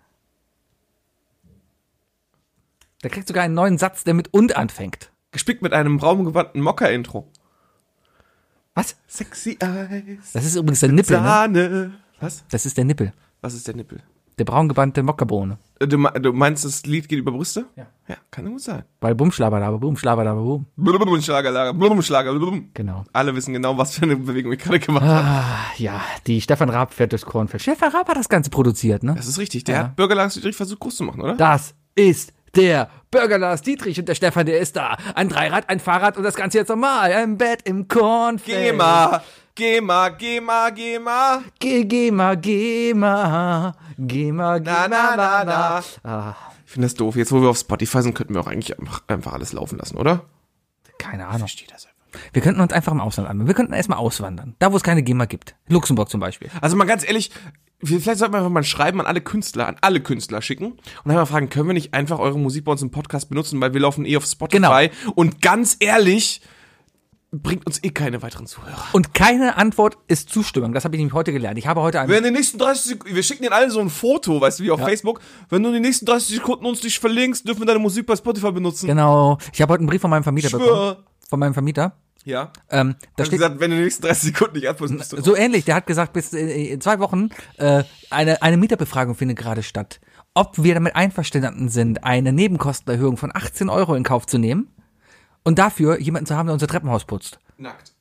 Der kriegt sogar einen neuen Satz, der mit und anfängt. Gespickt mit einem braungewandten Mocker-Intro. Was? Sexy Eyes. Das ist übrigens der Nippel, ne? Sahne. Was? Das ist der Nippel. Was ist der Nippel? Der braungebannte Mockerbohne. Äh, Du, me- du meinst, das Lied geht über Brüste? Ja. Ja, kann gut sein. Weil Bumschlaberdaba, Bumschlaberdaba, Bum. Blumschlager, Blumschlager, Blum. Genau. Alle wissen genau, was für eine Bewegung ich gerade gemacht habe. Ah, ja, die Stefan Raab fährt durchs Kornfeld. Stefan Raab hat das Ganze produziert, ne? Das ist richtig. Der Ja. hat Bürger Lars Dietrich versucht, groß zu machen, oder? Das ist der Burger Lars Dietrich und der Stefan, der ist da. Ein Dreirad, ein Fahrrad und das Ganze jetzt nochmal. Ein Bett im Kornfeld. Geh mal, geh mal, geh mal, geh mal. Geh, geh mal, geh mal. Geh mal, geh Na, na, na, mal. na. Ah, Ich finde das doof. Jetzt, wo wir auf Spotify sind, könnten wir auch eigentlich einfach, einfach alles laufen lassen, oder? keine Ahnung. Verstehe das einfach. Wir könnten uns einfach im Ausland anmelden. Wir könnten erstmal auswandern. Da, wo es keine GEMA gibt. Luxemburg zum Beispiel. Also mal ganz ehrlich, wir- vielleicht sollten wir einfach mal ein Schreiben an alle Künstler, an alle Künstler schicken und dann mal fragen, können wir nicht einfach eure Musik bei uns im Podcast benutzen, weil wir laufen eh auf Spotify. Genau. Und ganz ehrlich, bringt uns eh keine weiteren Zuhörer. Und keine Antwort ist Zustimmung. Das habe ich nämlich heute gelernt. Ich habe heute einen... Wenn in den nächsten dreißig Sekunden, wir schicken denen allen so ein Foto, weißt du, wie auf Ja. Facebook, wenn du in den nächsten dreißig Sekunden uns nicht verlinkst, dürfen wir deine Musik bei Spotify benutzen. Genau. Ich habe heute einen Brief von meinem Vermieter bekommen. Schwör. Von meinem Vermieter. Ja. Ähm, da Da steht gesagt, wenn du in den nächsten dreißig Sekunden nicht antwortest, bist du so ähnlich. Der hat gesagt, bis äh, in zwei Wochen äh, eine, eine Mieterbefragung findet gerade statt. Ob wir damit einverstanden sind, eine Nebenkostenerhöhung von achtzehn Euro in Kauf zu nehmen und dafür jemanden zu haben, der unser Treppenhaus putzt. nackt.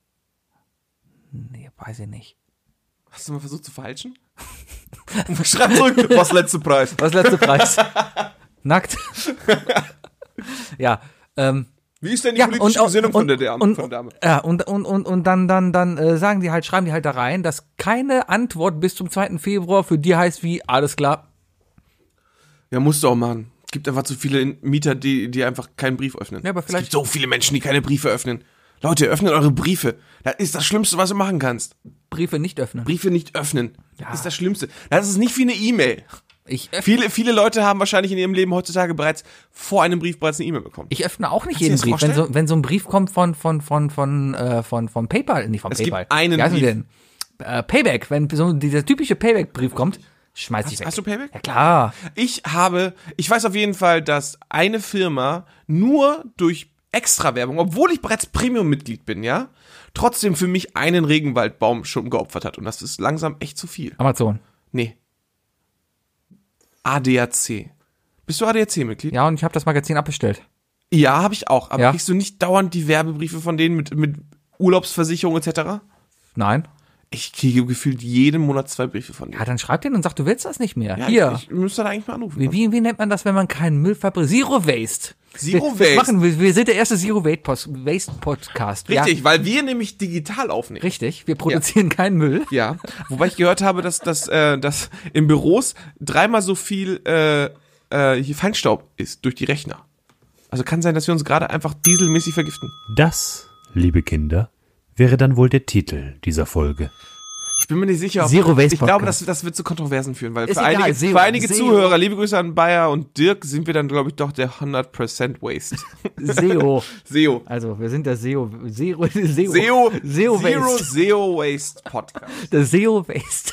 Nee, weiß ich nicht. Hast du mal versucht zu falschen? Schreib zurück, was letzter Preis. Was ist der letzte Preis? Nackt. Ja, ähm, Wie ist denn die ja, politische und, Gesinnung und, von der Dame? und, von der Dame? Ja, und, und, und, und dann, dann, dann äh, sagen die halt, schreiben die halt da rein, dass keine Antwort bis zum zweiten Februar für die heißt wie, alles klar. Ja, musst du auch machen. Es gibt einfach zu viele Mieter, die, die einfach keinen Brief öffnen. Ja, aber es vielleicht- gibt so viele Menschen, die keine Briefe öffnen. Leute, öffnet eure Briefe. Das ist das Schlimmste, was du machen kannst. Briefe nicht öffnen. Briefe nicht öffnen. Ja. Das ist das Schlimmste. Das ist nicht wie eine E-Mail. Ich öffne, Viele, viele Leute haben wahrscheinlich in ihrem Leben heutzutage bereits vor einem Brief bereits eine E-Mail bekommen. ich öffne auch nicht Kannst du dir jeden das Brief. Wenn vorstellen? so, wenn so ein Brief kommt von, von, von, von, äh, von, von PayPal, nicht von Es gibt PayPal. einen Wie heißen die Brief. denn? Äh, Payback, wenn so dieser typische Payback-Brief kommt, schmeiß ich weg. Hast du Payback? Ja klar. Ich habe, ich weiß auf jeden Fall, dass eine Firma nur durch Extrawerbung, obwohl ich bereits Premium-Mitglied bin, ja, trotzdem für mich einen Regenwaldbaum schon geopfert hat. Und das ist langsam echt zu viel. Amazon. Nee. A D A C. Bist du A D A C-Mitglied? Ja, und ich habe das Magazin abbestellt. Ja, habe ich auch. Aber Ja. kriegst du nicht dauernd die Werbebriefe von denen mit, mit Urlaubsversicherung et cetera? Nein. Ich kriege gefühlt jeden Monat zwei Briefe von denen. Ja, dann schreib den und sag, du willst das nicht mehr. Ja, Hier. Ich, ich müsste da eigentlich mal anrufen. Wie, wie, wie nennt man das, wenn man keinen Müll fabriziert? Zero Waste. Zero wir, wir Waste. Machen, wir, wir sind der erste Zero Waste Post- Waste Podcast. Richtig, Ja, weil wir nämlich digital aufnehmen. richtig. Wir produzieren keinen Müll. Ja, wobei ich gehört habe, dass, dass, äh, dass in Büros dreimal so viel äh, äh, hier Feinstaub ist durch die Rechner. Also kann sein, dass wir uns gerade einfach dieselmäßig vergiften. Das, liebe Kinder, wäre dann wohl der Titel dieser Folge. Ich bin mir nicht sicher, ob Zero Waste ich glaube, Podcast. das, das wird zu Kontroversen führen, weil Ist für egal, einige, Zero, für einige Zero. Zuhörer, liebe Grüße an Bayer und Dirk, sind wir dann, glaube ich, doch der hundert Prozent Waste. S E O. S E O. Also, wir sind der S E O. Zero, S E O. S E O, S E O Zero Waste. S E O Waste Podcast. Der S E O Waste.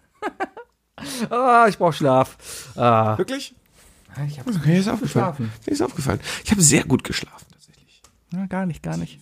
Ah, ich brauch Schlaf. Ah, Wirklich? ich hab Mir ist aufgefallen. geschlafen. Mir ist aufgefallen. Ich habe sehr gut geschlafen, tatsächlich. Ja, gar nicht, gar nicht.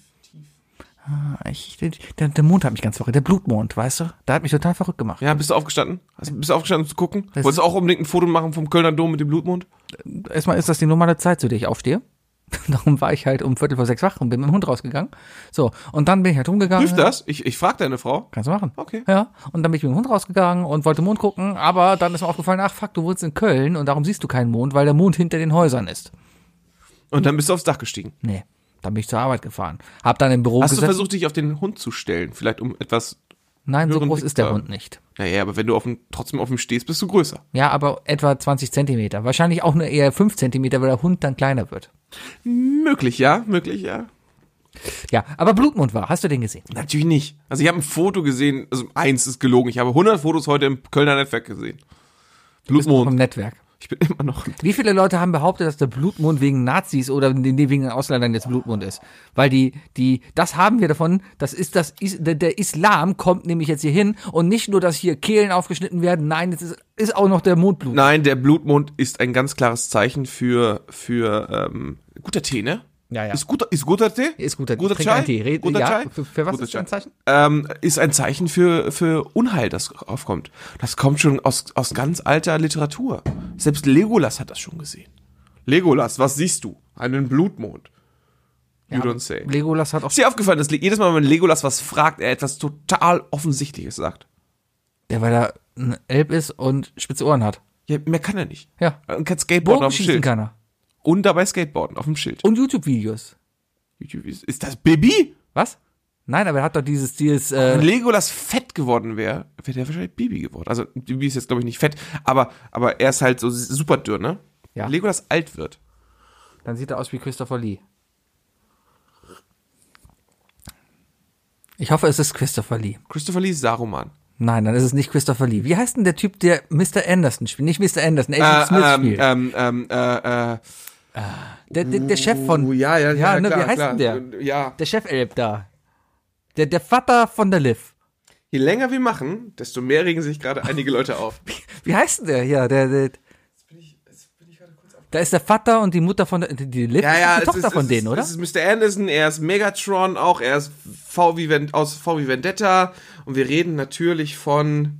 Ah, ich, der, der Mond hat mich ganz verrückt. Der Blutmond, weißt du? Der hat mich total verrückt gemacht. Ja, bist du aufgestanden? Hast, bist du aufgestanden, um zu gucken? Das- Wolltest du auch unbedingt ein Foto machen vom Kölner Dom mit dem Blutmond? Erstmal ist das die normale Zeit, zu der ich aufstehe. Darum war ich halt um Viertel vor sechs wach und bin mit dem Hund rausgegangen. So, und dann bin ich halt rumgegangen. Prüft das? Ich, ich frage deine Frau. Kannst du machen. Okay. Ja, und dann bin ich mit dem Hund rausgegangen und wollte Mond gucken, aber dann ist mir aufgefallen, ach fuck, du wohnst in Köln und darum siehst du keinen Mond, weil der Mond hinter den Häusern ist. Und dann bist du aufs Dach gestiegen. Nee, dann bin ich zur Arbeit gefahren. Hab dann im Büro Hast du gesessen. versucht, dich auf den Hund zu stellen? Vielleicht um etwas. Nein, so höheren groß Blick ist der zu haben? Hund nicht. Naja, aber wenn du auf dem, trotzdem auf ihm stehst, bist du größer. Ja, aber etwa zwanzig Zentimeter. Wahrscheinlich auch nur eher fünf Zentimeter, weil der Hund dann kleiner wird. Möglich, ja, möglich, ja. Ja, aber Blutmond war. Hast du den gesehen? Natürlich nicht. Also ich habe ein Foto gesehen, also eins ist gelogen. Ich habe hundert Fotos heute im Kölner Netzwerk gesehen. Vom Blutmond. Netzwerk. Ich bin immer noch. Wie viele Leute haben behauptet, dass der Blutmond wegen Nazis oder nee, wegen den Ausländern jetzt Blutmond ist? Weil die, die, das haben wir davon, das ist das, Is- der, der Islam kommt nämlich jetzt hier hin und nicht nur, dass hier Kehlen aufgeschnitten werden, nein, es ist, ist auch noch der Mondblut. Nein, der Blutmond ist ein ganz klares Zeichen für, für ähm, guter Tee, ne? Ja, ja. Ist guter, ist guter Tee? Ist guter, guter trink Chai? einen Tee. Red, Guter ja, Chai? für, für was Guter ist das ein Chai. Zeichen? Ähm, ist ein Zeichen für, für Unheil, das aufkommt. Das kommt schon aus, aus ganz alter Literatur. Selbst Legolas hat das schon gesehen. Legolas, was siehst du? Einen Blutmond. You Ja, don't say. Legolas hat auch, Ist dir aufgefallen, dass jedes Mal, wenn Legolas was fragt, er etwas total Offensichtliches sagt? der weil er ein Elb ist und spitze Ohren hat. Ja, mehr kann er nicht. Ja. Er kann Skateboarden auf dem Bogenschießen Schild. kann er. Und dabei Skateboarden auf dem Schild. Und YouTube-Videos. YouTube ist, ist das Bibi? Was? Nein, aber er hat doch dieses, dieses, Wenn äh, Legolas fett geworden wäre, wäre der wahrscheinlich Bibi geworden. Also Bibi ist jetzt, glaube ich, nicht fett, aber, aber er ist halt so super dürr, ne? Ja. Wenn Legolas alt wird. dann sieht er aus wie Christopher Lee. Ich hoffe, es ist Christopher Lee. Christopher Lee ist Saruman. Nein, dann ist es nicht Christopher Lee. Wie heißt denn der Typ, der Mister Anderson spielt? Nicht Mister Anderson, Agent Smith ähm, spielt. ähm, ähm, äh, äh, der, der, der Chef von, uh, ja, ja, ja, ja, ne, klar, wie heißt klar. denn der? Ja. Der Chef-Elb da. Der, der Vater von der Liv. Je länger wir machen, desto mehr regen sich gerade einige Leute auf. Wie heißt denn der? Ja, der, der da ist der Vater und die Mutter von der, die, die Liv Ja, ist ja, die es Tochter ist, von es denen, ist, oder? Es ist Mister Anderson, er ist Megatron auch, er ist V wie Ven- aus V wie Vendetta und wir reden natürlich von,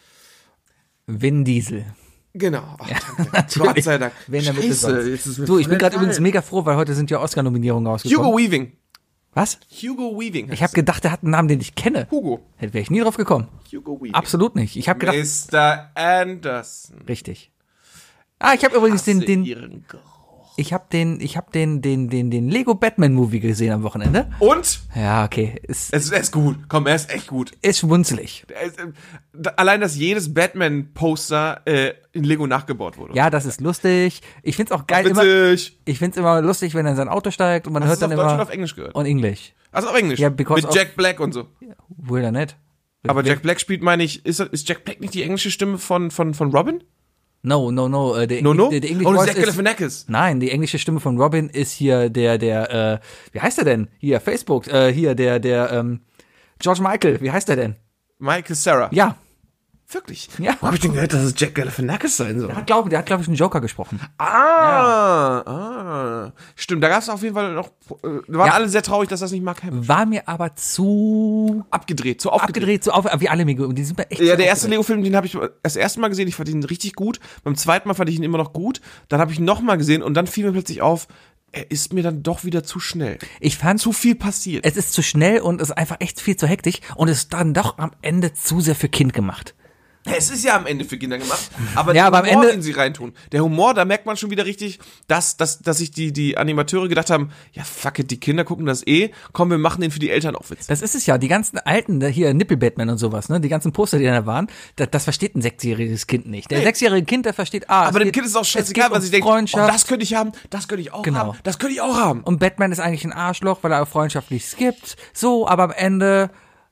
Vin Diesel. genau, ach, danke, Gott sei Dank. Wen damit Scheiße, sonst? jetzt ist mir Du, ich bin voll gerade übrigens entfallen. mega froh, weil heute sind ja Oscar-Nominierungen rausgekommen. Hugo Weaving. Was? Hugo Weaving. heißt Ich habe gedacht, der hat einen Namen, den ich kenne. Hugo. Hätte wäre ich nie drauf gekommen. Hugo Weaving. Absolut nicht. Ich habe gedacht, Mister Anderson. richtig. Ah, ich habe übrigens den, den, Ihren Geruch. ich habe den, ich habe den, den, den, den Lego Batman Movie gesehen am Wochenende. Und? Ja, okay, ist, Es ist, er ist gut. Komm, er ist echt gut. ist schmunzelig. Er ist, äh, da- allein, dass jedes Batman-Poster äh, in Lego nachgebaut wurde. Ja, das ist lustig. Ich find's auch geil. Immer, Witzig. ich find's immer lustig, wenn er in sein Auto steigt und man Hast hört du dann auf Deutsch immer oder auf Englisch gehört? und Englisch. Also auf Englisch. Ja, because Mit of- Jack Black und so. Will er nicht? Aber Jack Black spielt, meine ich, ist, ist Jack Black nicht die englische Stimme von, von, von Robin? No, no, no. Äh, der, No, no? Der, der English Oh, Voice Zach ist, Galifianakis. nein, die englische Stimme von Robin ist hier der, der, äh, wie heißt er denn? Hier, Facebook, äh, hier, der, der, ähm, George Michael, wie heißt er denn? Michael Cera. Ja, Wirklich? Ja. Wo hab ich denn gehört, dass es Jack Galifianakis sein soll? der hat, glaube der hat, glaube ich, einen Joker gesprochen. Ah, ah. Stimmt, da gab es auf jeden Fall noch, äh, waren Ja. alle sehr traurig, dass das nicht Mark Hamill War mir aber zu abgedreht, so aufgedreht. abgedreht, so auf, wie alle Lego, die sind mir echt Ja, zu der erste aufgedreht. Lego-Film, den habe ich das erste Mal gesehen, ich fand ihn richtig gut. Beim zweiten Mal fand ich ihn immer noch gut. Dann habe ich ihn nochmal gesehen und dann fiel mir plötzlich auf, er ist mir dann doch wieder zu schnell. Ich fand, Zu viel passiert. es ist zu schnell und es ist einfach echt viel zu hektisch und es ist dann doch am Ende zu sehr für Kind gemacht. Es ist ja am Ende für Kinder gemacht, aber Ja, der aber am Humor, Ende- den sie reintun, der Humor, da merkt man schon wieder richtig, dass, dass, dass sich die, die Animateure gedacht haben, ja fuck it, die Kinder gucken das eh, komm, wir machen den für die Eltern auch Witz. Das ist es ja, die ganzen alten, da hier Nippel-Batman und sowas, ne, die ganzen Poster, die da waren, das, das versteht ein sechsjähriges Kind nicht. Der Nee. sechsjährige Kind, der versteht, ah, Aber es dem geht- Kind ist es auch es scheißegal, geht weil um sie denkt, oh, Freundschaft. das könnte ich haben, das könnte ich auch Genau. haben, das könnte ich auch haben. Und Batman ist eigentlich ein Arschloch, weil er freundschaftlich skippt, so, aber am Ende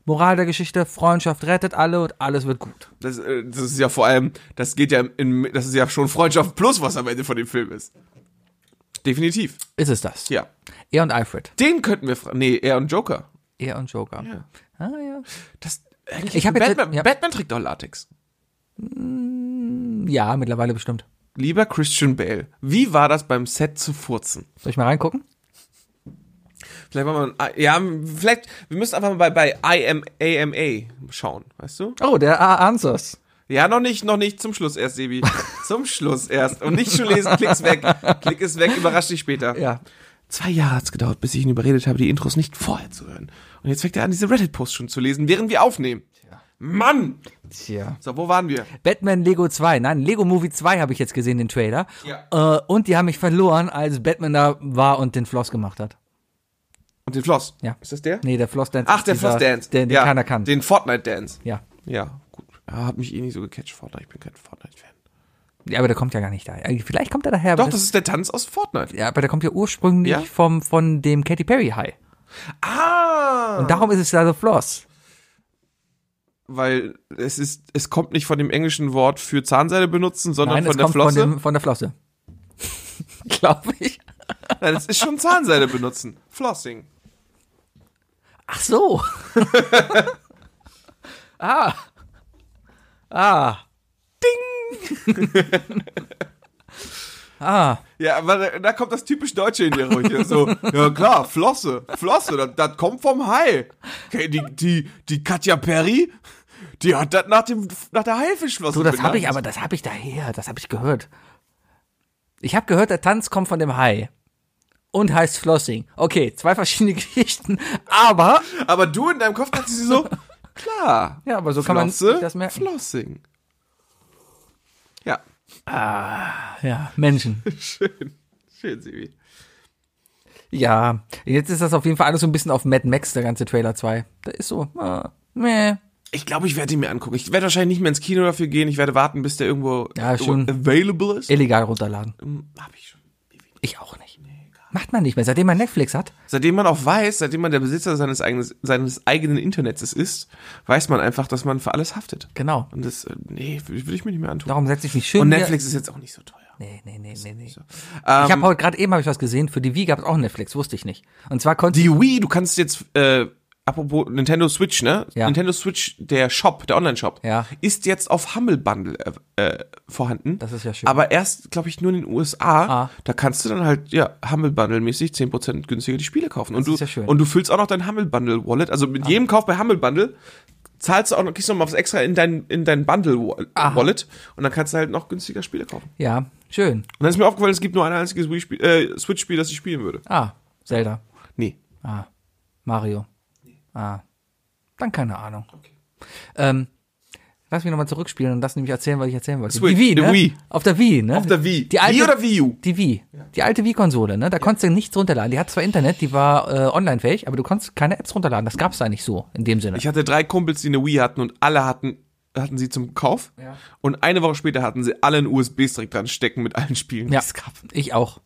Moral der Geschichte, Freundschaft rettet alle und alles wird gut. Das, äh, das ist ja vor allem, das geht ja in, das ist ja schon Freundschaft plus, was am Ende von dem Film ist. Definitiv. Ist es das? Ja. Er und Alfred. Den könnten wir fragen. Nee, er und Joker. Er und Joker. Ja. Ah, ja. Das, eigentlich Ich hab für jetzt- Batman, ja. Batman trägt doch Latex. Ja, mittlerweile bestimmt. Lieber Christian Bale, wie war das beim Set zu furzen? Soll ich mal reingucken? Vielleicht machen wir, ja, vielleicht, wir müssen einfach mal bei, bei I M A M A schauen, weißt du? Oh, der A Answers. Ja, noch nicht, noch nicht, zum Schluss erst, Sebi. Zum Schluss erst. Und nicht schon lesen, klick's weg. Klick ist weg, überrasch dich später. Ja. Zwei Jahre hat's gedauert, bis ich ihn überredet habe, die Intros nicht vorher zu hören. Und jetzt fängt er an, diese Reddit-Posts schon zu lesen, während wir aufnehmen. Mann! Tja. So, wo waren wir? Batman Lego zwei. Nein, Lego Movie zwei habe ich jetzt gesehen, den Trailer. Ja. Äh, und die haben mich verloren, als Batman da war und den Floss gemacht hat. Und den Floss. Ja. Ist das der? Nee, der Floss Dance. Ach, ist der dieser- Floss Dance. Den, den ja, keiner kann. Den Fortnite Dance. Ja. Ja, gut. Ja, hat mich eh nicht so gecatcht, Fortnite. Ich bin kein Fortnite-Fan. Ja, aber der kommt ja gar nicht da. Äh, Vielleicht kommt er daher. Doch, aber das ist der Tanz aus Fortnite. ja, aber der kommt ja ursprünglich Ja? vom, von dem Katy Perry High. Ah! Und darum ist es da The Floss. Weil es ist, es kommt nicht von dem englischen Wort für Zahnseide benutzen, sondern Nein, von es der kommt Flosse. Von, dem, von der Flosse. Glaube ich. Nein, es ist schon Zahnseide benutzen. Flossing. Ach so. ah. Ah. Ding. ah. Ja, aber da, da kommt das typisch Deutsche in dir ruhig. So, ja klar, Flosse, Flosse, das, das kommt vom Hai. Okay, die, die, die Katja Perry, die hat das nach dem, nach der Haifischflosse So, das benannt. habe ich, aber das habe ich daher, das habe ich gehört. Ich habe gehört, der Tanz kommt von dem Hai. Und heißt Flossing. Okay, zwei verschiedene Geschichten, aber, Aber du in deinem Kopf dachtest sie so, klar. ja, aber so kann man Flosse, sich das merken. Flossing. Ja, Ja, Menschen. schön. Schön, Sibi. Ja, jetzt ist das auf jeden Fall alles so ein bisschen auf Mad Max, der ganze Trailer zwei. Da ist so, äh, meh. Ich glaube, ich werde ihn mir angucken. Ich werde wahrscheinlich nicht mehr ins Kino dafür gehen. Ich werde warten, bis der irgendwo, Ja, irgendwo schon. available ist. Illegal runterladen. Hm, Hab ich schon. Ich auch nicht. Macht man nicht mehr, seitdem man Netflix hat. Seitdem man auch weiß, seitdem man der Besitzer seines eigenen, seines eigenen Internets ist, weiß man einfach, dass man für alles haftet. Genau. Und das, äh, nee, will, will ich mir nicht mehr antun. Darum setze ich mich schön Und hier- Netflix ist jetzt auch nicht so teuer. Nee, nee, nee, nee, nee. So. Ich Ähm, habe heute gerade eben hab ich was gesehen, für die Wii gab es auch Netflix, wusste ich nicht. Und zwar konnte die Wii, du kannst jetzt, äh, apropos Nintendo Switch, ne? Ja. Nintendo Switch, der Shop, der Online-Shop, Ja. ist jetzt auf Humble Bundle äh, äh, vorhanden. Das ist ja schön. Aber erst, glaube ich, nur in den U S A. Ah. Da kannst du dann halt, ja, Humble Bundle-mäßig zehn Prozent günstiger die Spiele kaufen. Und Das du, ist ja schön. und du füllst auch noch dein Humble Bundle Wallet. Also mit jedem Kauf bei Humble Bundle zahlst du auch noch, kriegst du noch mal was extra in dein, in dein Bundle Aha. Wallet. Und dann kannst du halt noch günstiger Spiele kaufen. Ja, schön. Und dann ist mir aufgefallen, es gibt nur ein einziges Wii-Spiel, äh, Switch-Spiel, das ich spielen würde. Ah, Zelda. Nee. Ah, Mario. Ah, dann keine Ahnung. Ähm, lass mich nochmal zurückspielen und das nämlich erzählen, was ich erzählen wollte. Switch, die Wii, die ne? Wii. Auf der Wii, ne? Auf der Wii. Die alte, Wii oder Wii U? Die Wii. Die alte Wii-Konsole, ne? Da konntest du nichts runterladen. Die hat zwar Internet, die war äh, online-fähig, aber du konntest keine Apps runterladen. Das gab's da nicht so, in dem Sinne. Ich hatte drei Kumpels, die eine Wii hatten und alle hatten, hatten sie zum Kauf. Ja. Und eine Woche später hatten sie alle einen U S B-Stick dran stecken mit allen Spielen, die Ja, es gab. ich auch.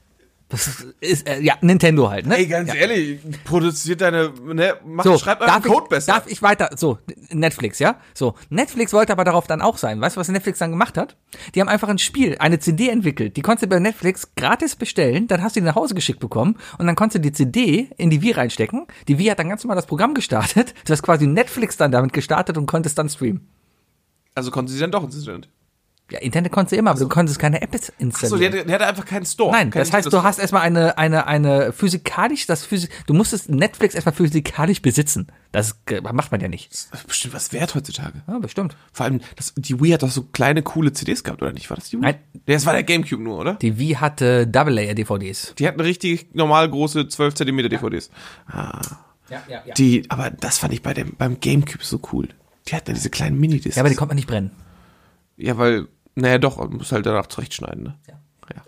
Das ist, ist äh, ja, Nintendo halt, ne? Ey, ganz ja. ehrlich, produziert deine, ne, mach, So, schreibt darf euren Code ich, besser. Darf ich weiter, so, Netflix, ja? So, Netflix wollte aber darauf dann auch sein. Weißt du, was Netflix dann gemacht hat? Die haben einfach ein Spiel, eine C D entwickelt. Die konntest du bei Netflix gratis bestellen, dann hast du die nach Hause geschickt bekommen und dann konntest du die C D in die Wii reinstecken. Die Wii hat dann ganz normal das Programm gestartet. Du hast quasi Netflix dann damit gestartet und konntest dann streamen. Also konnte sie dann doch ins Internet. Ja, Internet konntest du immer, aber du konntest keine App installieren. Achso, der, hatte- der hatte einfach keinen Store. Nein, Kein das heißt, du Nintendo hast erstmal eine, eine, eine physikalisch, das Physik, du musstest Netflix erstmal physikalisch besitzen. Das äh, macht man ja nicht. Store. Das ist bestimmt was wert heutzutage. Ja, bestimmt. Vor allem, das, die Wii hat doch so kleine, coole C Ds gehabt, oder nicht? War das die Wii? Nein. Nee, das war der Gamecube nur, oder? Die Wii hatte Double-Layer-D V Ds. Die hatten richtig normal große zwölf Zentimeter D V Ds. Ja, ja, ja. Die, aber das fand ich bei dem, beim Gamecube so cool. Die hatten ja diese kleinen Minidiscs. Ja, aber die konnte man nicht brennen. Ja, weil, naja doch, man muss halt danach zurechtschneiden, ne? Ja. Ja.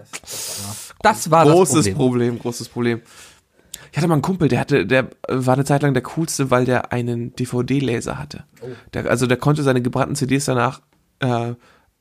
Das war Großes das Problem. Problem. großes Problem. Ich hatte mal einen Kumpel, der hatte, der war eine Zeit lang der coolste, weil der einen D V D-Laser hatte. Oh. Der, also der konnte seine gebrannten C Ds danach äh,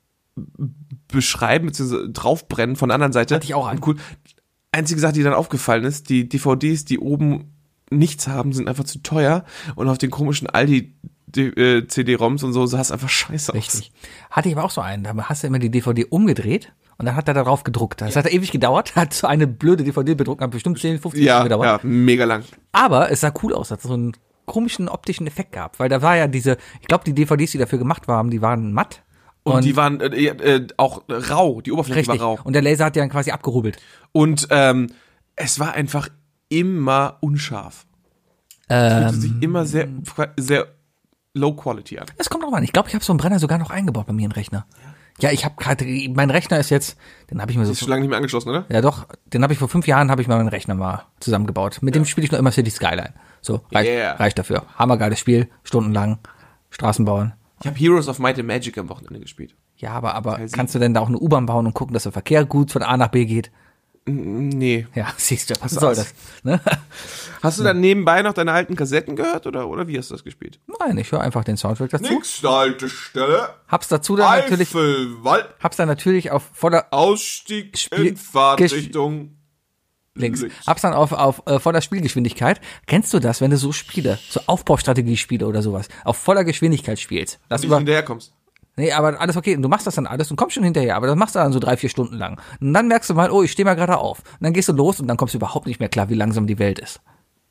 beschreiben bzw. draufbrennen von der anderen Seite. Hatte ich auch einen. Und cool. Einzige Sache, die dann aufgefallen ist, die D V Ds, die oben nichts haben, sind einfach zu teuer und auf den komischen Aldi C D-ROMs und so sah es einfach scheiße aus. Richtig. Hatte ich aber auch so einen, da hast du immer die D V D umgedreht und dann hat er darauf gedruckt. Das ja. hat ewig gedauert, hat so eine blöde D V D bedruckt, hat bestimmt zehn, fünfzehn ja, Minuten gedauert. Ja, mega lang. Aber es sah cool aus, hat so einen komischen optischen Effekt gehabt, weil da war ja diese, ich glaube die D V Ds, die dafür gemacht waren, die waren matt. Und, und die waren äh, äh, auch rau, die Oberfläche richtig. war rau. Und der Laser hat die dann quasi abgerubbelt. Und ähm, es war einfach immer unscharf. Es fühlte sich immer sehr, sehr low quality an. Es kommt drauf an. Ich glaube, ich habe so einen Brenner sogar noch eingebaut bei mir im Rechner. Ja, ja ich habe gerade, mein Rechner ist jetzt, den habe ich mir so. Ist schon lange nicht mehr angeschlossen, oder? Ja doch, den habe ich vor fünf Jahren, habe ich mal meinen Rechner mal zusammengebaut. Mit ja. dem spiele ich noch immer City Skyline. So, reicht, yeah. reicht dafür. Hammergeiles Spiel, stundenlang, Straßen bauen. Ich habe Heroes of Might and Magic am Wochenende gespielt. Ja, aber, aber kannst du denn da auch eine U-Bahn bauen und gucken, dass der Verkehr gut von A nach B geht? Nee. Ja, siehst du, was soll das? Ne? Hast du dann nebenbei noch deine alten Kassetten gehört oder, oder wie hast du das gespielt? Nein, ich höre einfach den Soundtrack dazu. Nächste Haltestelle. Hab's dazu dann natürlich. Eifelwald. Hab's dann natürlich auf voller Ausstieg Spiel in Fahrtrichtung links. links. Hab's dann auf, auf äh, voller Spielgeschwindigkeit. Kennst du das, wenn du so Spiele, so Aufbaustrategiespiele oder sowas, auf voller Geschwindigkeit spielst? Dass du über hinterherkommst. Nee, aber alles okay. Und du machst das dann alles und kommst schon hinterher. Aber das machst du dann so drei, vier Stunden lang. Und dann merkst du mal, oh, ich stehe mal gerade auf. Und dann gehst du los und dann kommst du überhaupt nicht mehr klar, wie langsam die Welt ist.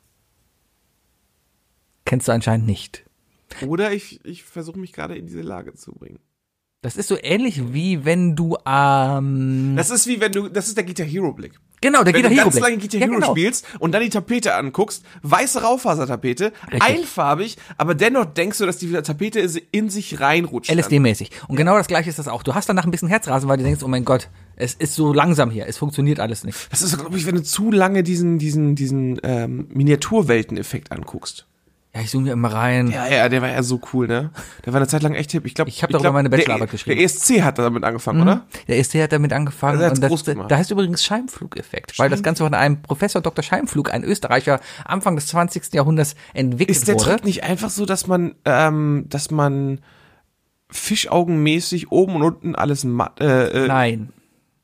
Kennst du anscheinend nicht. Oder ich, ich versuche mich gerade in diese Lage zu bringen. Das ist so ähnlich wie wenn du, ähm... Das ist wie wenn du, das ist der Guitar Hero Blick. Genau, der wenn Guitar Hero Blick. Blick. Wenn du ganz lange Guitar ja, Hero genau. spielst und dann die Tapete anguckst, weiße Raufasertapete, einfarbig, aber dennoch denkst du, dass die Tapete in sich reinrutscht. L S D-mäßig. Und genau das Gleiche ist das auch. Du hast danach ein bisschen Herzrasen, weil du denkst, oh mein Gott, es ist so langsam hier, es funktioniert alles nicht. Das ist, glaube ich, wenn du zu lange diesen, diesen, diesen ähm, Miniaturwelten-Effekt anguckst. Ja, ich zoome hier immer rein. Ja, ja, der war ja so cool, ne? Der war eine Zeit lang echt hip. Ich glaube, ich habe darüber glaub, meine Bachelorarbeit der, geschrieben. Der E S C hat damit angefangen, mhm. oder? Der E S C hat damit angefangen. Also und das, da heißt übrigens Scheibenflugeffekt, weil das Ganze von einem Professor Doktor Scheibenflug, ein Österreicher, Anfang des zwanzigsten Jahrhunderts entwickelt Ist der wurde. Trick nicht einfach so, dass man, ähm, dass man fischaugenmäßig oben und unten alles matt, äh, Nein.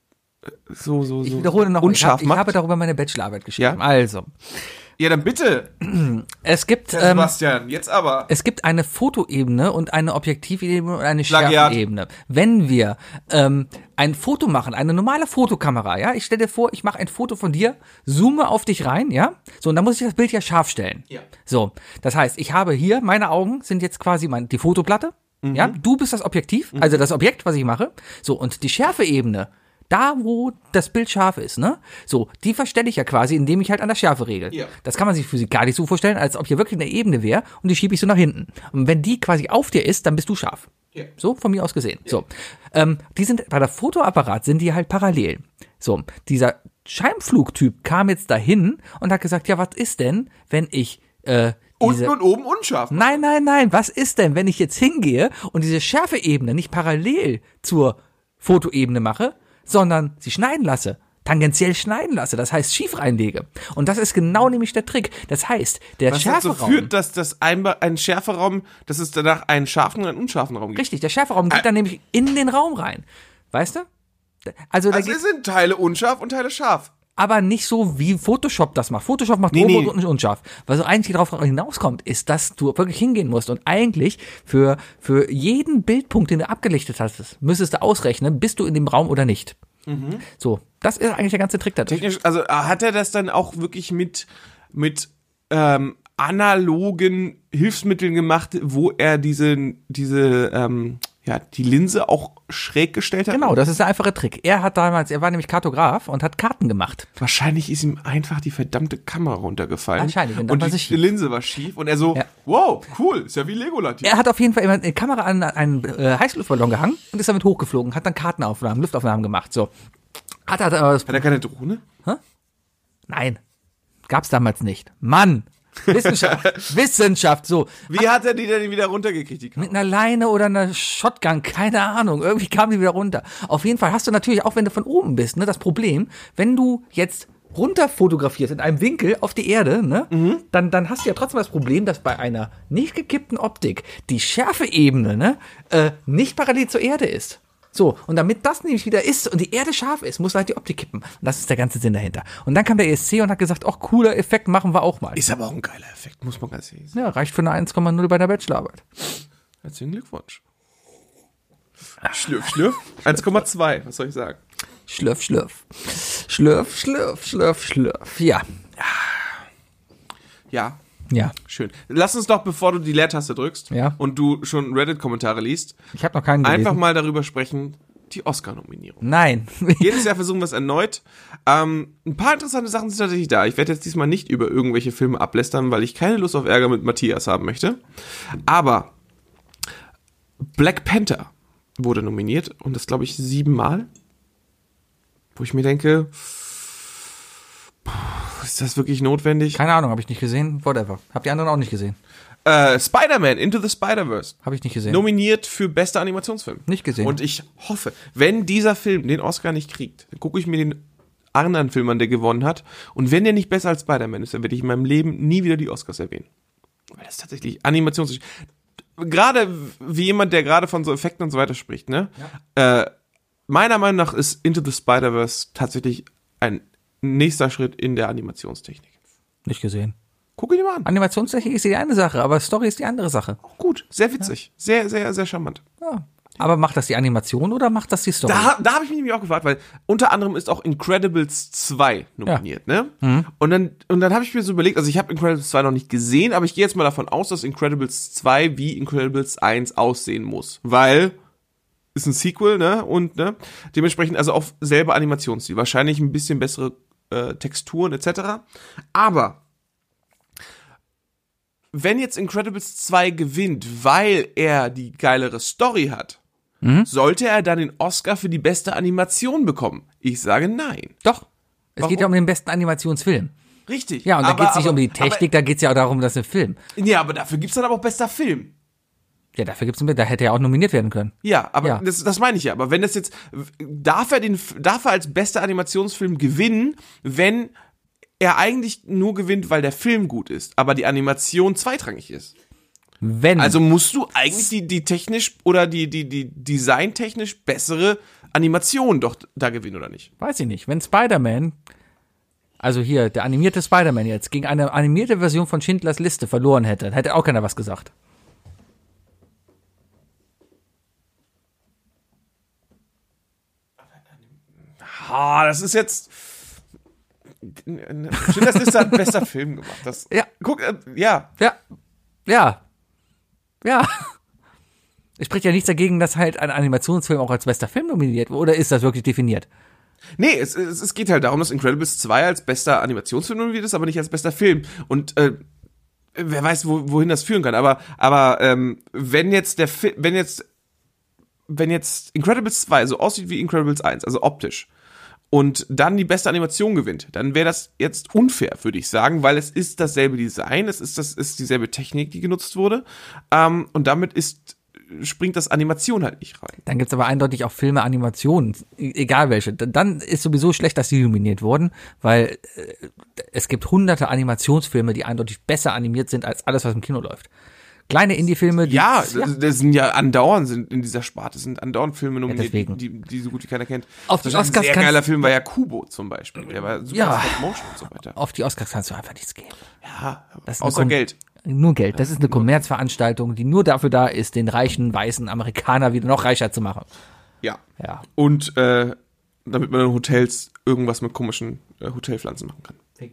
So, so, so. Ich wiederhole noch, unscharf ich, hab, ich habe darüber meine Bachelorarbeit geschrieben. Ja? Also. Ja, dann bitte. Es gibt, Herr Sebastian, ähm, jetzt aber. Es gibt eine Fotoebene und eine Objektigebene und eine Plagiat. Schärfeebene. Wenn wir ähm, ein Foto machen, eine normale Fotokamera, ja, ich stelle dir vor, ich mache ein Foto von dir, zoome auf dich rein, ja, so, und dann muss ich das Bild ja scharf stellen. Ja. So, das heißt, ich habe hier, meine Augen sind jetzt quasi mein, die Fotoplatte, mhm. ja, du bist das Objektiv, mhm. also das Objekt, was ich mache, so, und die Schärfeebene, da, wo das Bild scharf ist, ne? So, die verstelle ich ja quasi, indem ich halt an der Schärfe regel. Ja. Das kann man sich physikalisch so vorstellen, als ob hier wirklich eine Ebene wäre und die schiebe ich so nach hinten. Und wenn die quasi auf dir ist, dann bist du scharf. Ja. So, von mir aus gesehen. Ja. So, ähm, die sind, bei der Fotoapparat sind die halt parallel. So, dieser Scheibenflugtyp kam jetzt dahin und hat gesagt, ja, was ist denn, wenn ich, äh, Unten und oben unscharf. Nein, nein, nein, was ist denn, wenn ich jetzt hingehe und diese Schärfeebene nicht parallel zur Fotoebene mache, sondern sie schneiden lasse, tangentiell schneiden lasse, das heißt schief reinlege. Und das ist genau nämlich der Trick. Das heißt, der Was Schärferaum... dazu führt, dass das ein, ein Schärferaum, dass es danach einen scharfen und einen unscharfen Raum gibt. Richtig, der Schärferaum geht äh. dann nämlich in den Raum rein. Weißt du? Also, da Also es sind Teile unscharf und Teile scharf. aber nicht so, wie Photoshop das macht. Photoshop macht Nee, oben nee. und unten unscharf. Was so eigentlich darauf hinauskommt, ist, dass du wirklich hingehen musst und eigentlich für, für jeden Bildpunkt, den du abgelichtet hast, müsstest du ausrechnen, bist du in dem Raum oder nicht. Mhm. So, das ist eigentlich der ganze Trick da drin. Technisch, also hat er das dann auch wirklich mit, mit ähm, analogen Hilfsmitteln gemacht, wo er diese, diese, ähm, ja, die Linse auch schräg gestellt hat? Genau, das ist der einfache Trick. Er hat damals, er war nämlich Kartograf und hat Karten gemacht. Wahrscheinlich ist ihm einfach die verdammte Kamera runtergefallen. Wahrscheinlich, und dann und war die sie schief. Linse war schief und er so, Ja. wow, cool, ist ja wie Legoland hier. Er hat auf jeden Fall immer eine Kamera an einen äh, Heißluftballon gehangen und ist damit hochgeflogen, hat dann Kartenaufnahmen, Luftaufnahmen gemacht. So. Hat er, äh, Hat er keine Drohne? nein, gab's damals nicht. Mann, Wissenschaft, Wissenschaft, so. Wie hat er die denn wieder runtergekriegt, die Mit Kamera? einer Leine oder einer Shotgun, keine Ahnung. Irgendwie kam die wieder runter. Auf jeden Fall hast du natürlich, auch wenn du von oben bist, ne, das Problem, wenn du jetzt runter fotografierst in einem Winkel auf die Erde, ne, Mhm. dann, dann hast du ja trotzdem das Problem, dass bei einer nicht gekippten Optik die Schärfeebene, ne, äh, nicht parallel zur Erde ist. So, und damit das nämlich wieder ist und die Erde scharf ist, muss halt die Optik kippen. Und das ist der ganze Sinn dahinter. Und dann kam der E S C und hat gesagt, ach, cooler Effekt, machen wir auch mal. Ist aber auch ein geiler Effekt, muss man ganz ehrlich sagen. Ja, reicht für eine eins Komma null bei der Bachelorarbeit. Herzlichen Glückwunsch. Schlürf, schlürf. eins Komma zwei, was soll ich sagen? Schlürf, schlürf. Schlürf, schlürf, schlürf, schlürf. Ja. Ja, Ja. schön. Lass uns doch, bevor du die Leertaste drückst Ja. und du schon Reddit-Kommentare liest, Ich habe noch keinen gelesen. einfach mal darüber sprechen, die Oscar-Nominierung. Nein. Jedes Jahr versuchen wir es erneut. Ähm, ein paar interessante Sachen sind tatsächlich da. Ich werde jetzt diesmal nicht über irgendwelche Filme ablästern, weil ich keine Lust auf Ärger mit Matthias haben möchte. Aber Black Panther wurde nominiert und das, glaube ich, siebenmal. Wo ich mir denke, ist das wirklich notwendig? Keine Ahnung, habe ich nicht gesehen. Whatever. Hab die anderen auch nicht gesehen. Äh, Spider-Man Into the Spider-Verse. Habe ich nicht gesehen. Nominiert für bester Animationsfilm. Nicht gesehen. Und ich hoffe, wenn dieser Film den Oscar nicht kriegt, dann gucke ich mir den anderen Film an, der gewonnen hat. Und wenn der nicht besser als Spider-Man ist, dann werde ich in meinem Leben nie wieder die Oscars erwähnen. Weil das tatsächlich Animations... Gerade wie jemand, der gerade von so Effekten und so weiter spricht, ne? Ja. Äh, meiner Meinung nach ist Into the Spider-Verse tatsächlich ein nächster Schritt in der Animationstechnik. Nicht gesehen. Guck ihn dir mal an. Animationstechnik ist die eine Sache, aber Story ist die andere Sache. Gut, sehr witzig. Sehr, sehr, sehr charmant. Ja. Aber macht das die Animation oder macht das die Story? Da, da habe ich mich nämlich auch gefragt, weil unter anderem ist auch Incredibles zwei nominiert, ja. ne? Mhm. Und dann, und dann habe ich mir so überlegt, also ich habe Incredibles zwei noch nicht gesehen, aber ich gehe jetzt mal davon aus, dass Incredibles zwei wie Incredibles eins aussehen muss. Weil ist ein Sequel, ne? Und ne? Dementsprechend also auch selber Animationsstil. Wahrscheinlich ein bisschen bessere äh, Texturen et cetera. Aber wenn jetzt Incredibles zwei gewinnt, weil er die geilere Story hat, mhm. sollte er dann den Oscar für die beste Animation bekommen? Ich sage nein. Doch. Es Warum? geht ja um den besten Animationsfilm. Richtig. Ja, und da aber, geht es nicht aber, um die Technik, aber, da geht es ja auch darum, dass ein Film. Ja, aber dafür gibt's dann aber auch bester Film. Ja, dafür gibt's einen, da hätte er auch nominiert werden können. Ja, aber Ja. Das, das meine ich ja. Aber wenn das jetzt, darf er den, darf er als bester Animationsfilm gewinnen, wenn er eigentlich nur gewinnt, weil der Film gut ist, aber die Animation zweitrangig ist. Wenn. Also musst du eigentlich die, die technisch oder die, die, die designtechnisch bessere Animation doch da gewinnen, oder nicht? Weiß ich nicht. Wenn Spider-Man, also hier, der animierte Spider-Man jetzt, gegen eine animierte Version von Schindlers Liste verloren hätte, dann hätte auch keiner was gesagt. Ah, das ist jetzt. Schindlers Liste hat bester Film gemacht. Das, Ja. Guck, äh, ja. Ja. Ja. Ja. Es spricht ja nichts dagegen, dass halt ein Animationsfilm auch als bester Film nominiert wird. Oder ist das wirklich definiert? Nee, es, es, es geht halt darum, dass Incredibles zwei als bester Animationsfilm nominiert ist, aber nicht als bester Film. Und äh, wer weiß, wo, wohin das führen kann. Aber, aber ähm, wenn jetzt der Fi- wenn jetzt wenn jetzt Incredibles zwei so aussieht wie Incredibles eins, also optisch, und dann die beste Animation gewinnt, dann wäre das jetzt unfair, würde ich sagen, weil es ist dasselbe Design, es ist das ist dieselbe Technik, die genutzt wurde, ähm, und damit ist springt das Animation halt nicht rein. Dann gibt's aber eindeutig auch Filme, Animationen, e- egal welche. Dann ist sowieso schlecht, dass die nominiert wurden, weil äh, es gibt hunderte Animationsfilme, die eindeutig besser animiert sind als alles, was im Kino läuft. Kleine Indie-Filme, die... Ja, das, das sind ja andauernd sind in dieser Sparte, sind andauernd Filme nominiert, deswegen. die, die so gut wie keiner kennt. Auf die Zum Beispiel Oscars ein sehr kannst- geiler Film war ja Kubo zum Beispiel. Der war super Ja. Stop-Motion und so weiter. Auf die Oscars kannst du einfach nichts geben. Ja, Das ist eine außer Kom- Geld. Nur Geld. Das ist eine Kommerzveranstaltung, die nur dafür da ist, den reichen, weißen Amerikaner wieder noch reicher zu machen. Ja. Ja. Und äh, damit man in Hotels irgendwas mit komischen äh, Hotelpflanzen machen kann.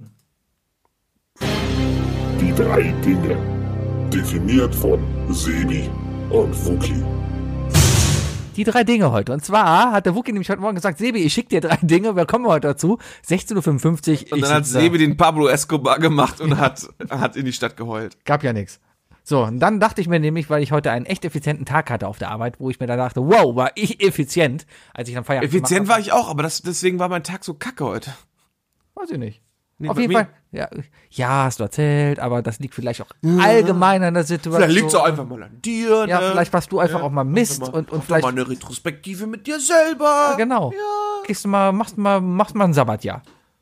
Die drei Dinge. Definiert von Sebi und Wookie. Die drei Dinge heute. Und zwar hat der Wookie nämlich heute Morgen gesagt, Sebi, ich schick dir drei Dinge, wir kommen heute dazu. sechzehn Uhr fünfundfünfzig. Und ich dann hat sitze da. Sebi den Pablo Escobar gemacht und hat, hat in die Stadt geheult. Gab ja nichts. So, und dann dachte ich mir nämlich, weil ich heute einen echt effizienten Tag hatte auf der Arbeit, wo ich mir da dachte, wow, war ich effizient, als ich dann Feierabend Effizient gemacht war ich auch, aber das, deswegen war mein Tag so kacke heute. habe. Weiß ich nicht. Nee, auf bei jeden mir- Fall, ja, ja, hast du erzählt, aber das liegt vielleicht auch allgemein an der Situation. Vielleicht liegt's auch einfach mal an dir, Ja, ne? vielleicht warst du einfach auch mal Mist Mach doch und, und mach doch vielleicht, mal eine Retrospektive mit dir selber. ja, genau. Gehst du mal, machst mal, machst mal ein Sabbatjahr.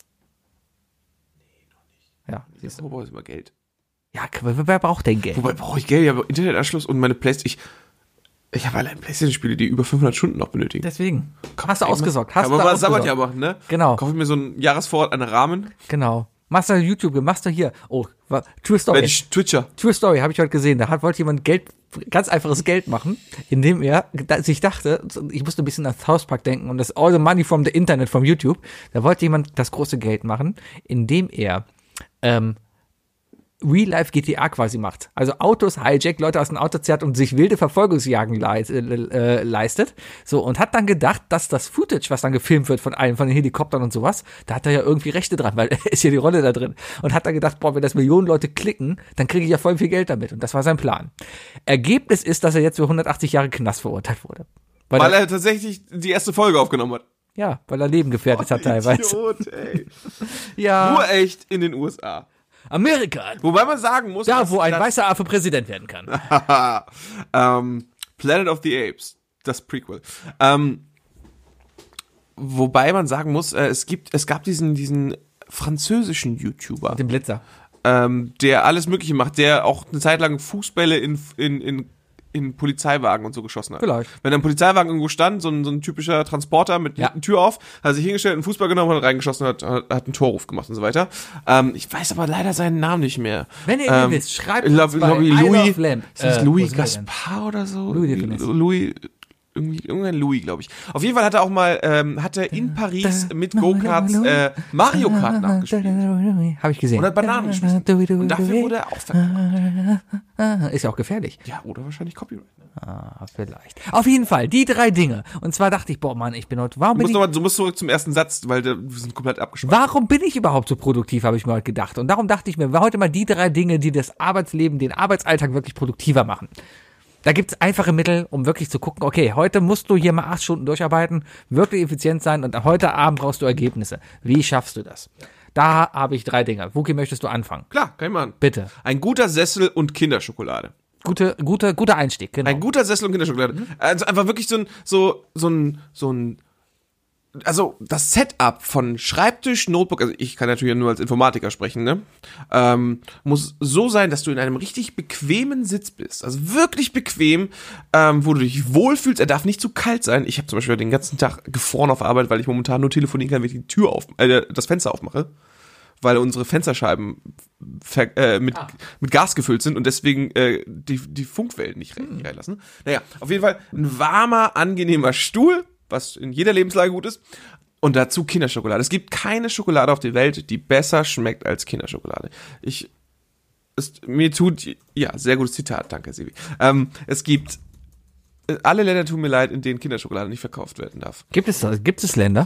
Ja, siehst du. Wobei ist immer Geld. Ja, wer wer braucht denn Geld? Wobei brauche ich Geld, ich habe Internetanschluss und meine Playstation. Ich habe allein PlayStation-Spiele, die über fünfhundert Stunden noch benötigen. Deswegen. Hast du ausgesorgt. Hast Aber du mal ausgesorgt. Sabbatjahr machen, ne? Genau. Kaufe ich mir so einen Jahresvorrat an Rahmen. Genau. Machst du YouTube, machst du hier. Oh, wa- True Story. Werde ich Twitcher. True Story, habe ich heute gesehen. Da hat, wollte jemand Geld, ganz einfaches Geld machen, indem er da, sich dachte, ich musste ein bisschen an South Park denken und das All the Money from the Internet from YouTube. Da wollte jemand das große Geld machen, indem er ähm, Real-Life G T A quasi macht. Also Autos hijack, Leute aus dem Auto zerrt und sich wilde Verfolgungsjagen leist, äh, äh, leistet. So, und hat dann gedacht, dass das Footage, was dann gefilmt wird von allen, von den Helikoptern und sowas, da hat er ja irgendwie Rechte dran, weil er ist ja die Rolle da drin. Und hat dann gedacht, boah, wenn das Millionen Leute klicken, dann kriege ich ja voll viel Geld damit. Und das war sein Plan. Ergebnis ist, dass er jetzt für hundertachtzig Jahre Knast verurteilt wurde. Weil, Weil er, er tatsächlich die erste Folge aufgenommen hat. ja, weil er Leben gefährdet hat teilweise. Idiot, ey. Ja, Nur echt in den U S A. Amerika. Wobei man sagen muss, Da, dass- wo ein dass- weißer Affe Präsident werden kann. ähm, Planet of the Apes, das Prequel. Ähm, wobei man sagen muss, äh, es gibt, es gab diesen, diesen französischen YouTuber, Den Blitzer. ähm, der alles Mögliche macht, der auch eine Zeit lang Fußbälle in, in, in, in Polizeiwagen und so geschossen hat. Vielleicht. Wenn ein Polizeiwagen irgendwo stand, so ein, so ein typischer Transporter mit Ja. einer Tür auf, hat er sich hingestellt, einen Fußball genommen, hat reingeschossen, hat, hat einen Torruf gemacht und so weiter. Ähm, ich weiß aber leider seinen Namen nicht mehr. Wenn ihr ihn ähm, wisst, schreibt ich glaub, uns bei glaub, I Louis, Love Lamp. ist das Äh, wo Louis sind wir denn? Gaspar oder so? Louis de Funès. Louis, irgendwie, irgendein Louis, glaube ich. Auf jeden Fall hat er auch mal, ähm, hat er in Paris mit Go-Karts äh, Mario Kart nachgespielt. Habe ich gesehen. Und hat Bananen geschmissen. Und dafür wurde er auch verklagt. Ist ja auch gefährlich. Ja, oder wahrscheinlich Copyright. Ah, vielleicht. Auf jeden Fall, die drei Dinge. Und zwar dachte ich, boah, Mann, ich bin heute, warum Du bin musst, ich, noch mal, du musst zurück zum ersten Satz, weil der, wir sind komplett abgeschweift. warum bin ich überhaupt so produktiv, habe ich mir heute gedacht. Und darum dachte ich mir, heute mal die drei Dinge, die das Arbeitsleben, den Arbeitsalltag wirklich produktiver machen. Da gibt's einfache Mittel, um wirklich zu gucken, okay, heute musst du hier mal acht Stunden durcharbeiten, wirklich effizient sein und heute Abend brauchst du Ergebnisse. Wie schaffst du das? Da habe ich drei Dinge. Wookie, möchtest du anfangen? Klar, kann ich machen. Bitte. Ein guter Sessel und Kinderschokolade. Gute, gute, guter Einstieg, genau. Ein guter Sessel und Kinderschokolade. Also einfach wirklich so ein, so, so ein, so ein, also das Setup von Schreibtisch, Notebook, also ich kann natürlich nur als Informatiker sprechen, ne, ähm, muss so sein, dass du in einem richtig bequemen Sitz bist. Also wirklich bequem, ähm, wo du dich wohlfühlst. Er darf nicht zu kalt sein. Ich habe zum Beispiel den ganzen Tag gefroren auf Arbeit, weil ich momentan nur telefonieren kann, wenn ich die Tür auf, äh, das Fenster aufmache. Weil unsere Fensterscheiben ver- äh, mit, Ah. mit Gas gefüllt sind und deswegen äh, die, die Funkwellen nicht rein- nicht reinlassen. Naja, auf jeden Fall ein warmer, angenehmer Stuhl, was in jeder Lebenslage gut ist. Und dazu Kinderschokolade. Es gibt keine Schokolade auf der Welt, die besser schmeckt als Kinderschokolade. Ich, es, mir tut, ja, sehr gutes Zitat, danke, Sibi. Ähm, es gibt, äh, alle Länder tun mir leid, in denen Kinderschokolade nicht verkauft werden darf. Gibt es, gibt es Länder?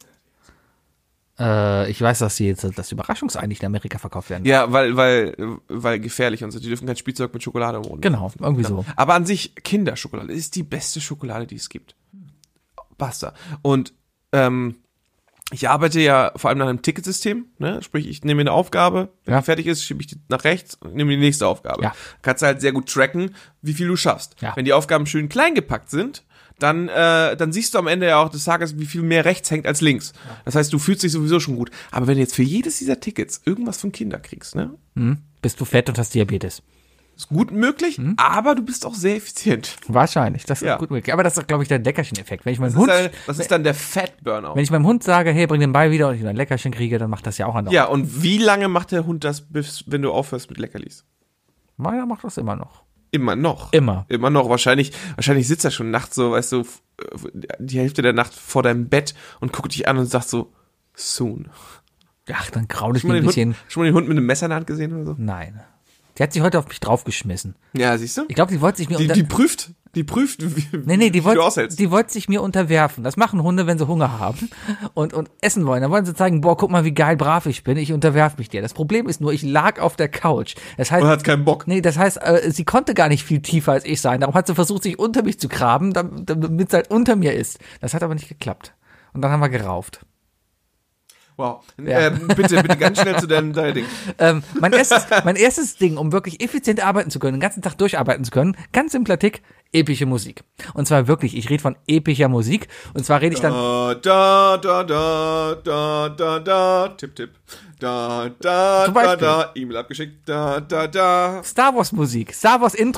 Äh, ich weiß, dass sie jetzt das Überraschungsei nicht in Amerika verkauft werden. Ja, weil, weil, weil gefährlich und so. Die dürfen kein Spielzeug mit Schokolade im Mund. Genau, irgendwie so. Aber an sich, Kinderschokolade ist die beste Schokolade, die es gibt. Basta. Und ähm, ich arbeite ja vor allem nach einem Ticketsystem, ne? Sprich, ich nehme eine Aufgabe, wenn Ja. die fertig ist, schiebe ich die nach rechts und nehme die nächste Aufgabe. Ja. Kannst du halt sehr gut tracken, wie viel du schaffst. Ja. Wenn die Aufgaben schön klein gepackt sind, dann, äh, dann siehst du am Ende ja auch des Tages, wie viel mehr rechts hängt als links. Das heißt, du fühlst dich sowieso schon gut. Aber wenn du jetzt für jedes dieser Tickets irgendwas von Kindern kriegst, ne? Hm? Bist du fett und hast Diabetes? Ist gut möglich, aber du bist auch sehr effizient. Wahrscheinlich, das ist Ja. gut möglich. Aber das ist, glaube ich, der Leckerchen-Effekt. Wenn ich meinem Das, Hund, ist, dann, das ist dann der Fat Burnout. wenn ich meinem Hund sage, hey, bring den Ball wieder und ich ein Leckerchen kriege, dann macht das ja auch andauernd. Ja, und wie lange macht der Hund das, bis, wenn du aufhörst mit Leckerlis? Meiner macht das immer noch. Immer noch. Immer. Immer noch. Wahrscheinlich, wahrscheinlich sitzt er schon nachts so, weißt du, f- die Hälfte der Nacht vor deinem Bett und guckt dich an und sagt so, soon. Ach, dann graul ich Schon mal, mir ein den bisschen. Hund, schon mal den Hund mit einem Messer in der Hand gesehen oder so? Nein. Die hat sich heute auf mich draufgeschmissen. Ja, siehst du? Ich glaube, die wollte sich mir Die, unter die prüft, die prüft, wie, Nee, nee, die wie du wollte aushältst. die wollte sich mir unterwerfen. Das machen Hunde, wenn sie Hunger haben und, und essen wollen. Dann wollen sie zeigen, boah, guck mal, wie geil brav ich bin. Ich unterwerf mich dir. Das Problem ist nur, ich lag auf der Couch. Das heißt, Und hat keinen Bock. nee, das heißt, äh, sie konnte gar nicht viel tiefer als ich sein. Darum hat sie versucht, sich unter mich zu graben, dam- damit sie halt unter mir ist. Das hat aber nicht geklappt. Und dann haben wir gerauft. Wow. Ja. Ähm, bitte, bitte ganz schnell zu deinem, deinem Ding. Ähm, mein, erstes, mein erstes Ding, um wirklich effizient arbeiten zu können, den ganzen Tag durcharbeiten zu können, ganz simpler Tick, epische Musik. Und zwar wirklich, ich rede von epischer Musik. Und zwar rede ich dann... Da, da, da, da, da, da, tipp, tipp. Da, da, Zum da, Beispiel. da, E-Mail abgeschickt. Da, da, da. Star Wars Musik, Star Wars Intro.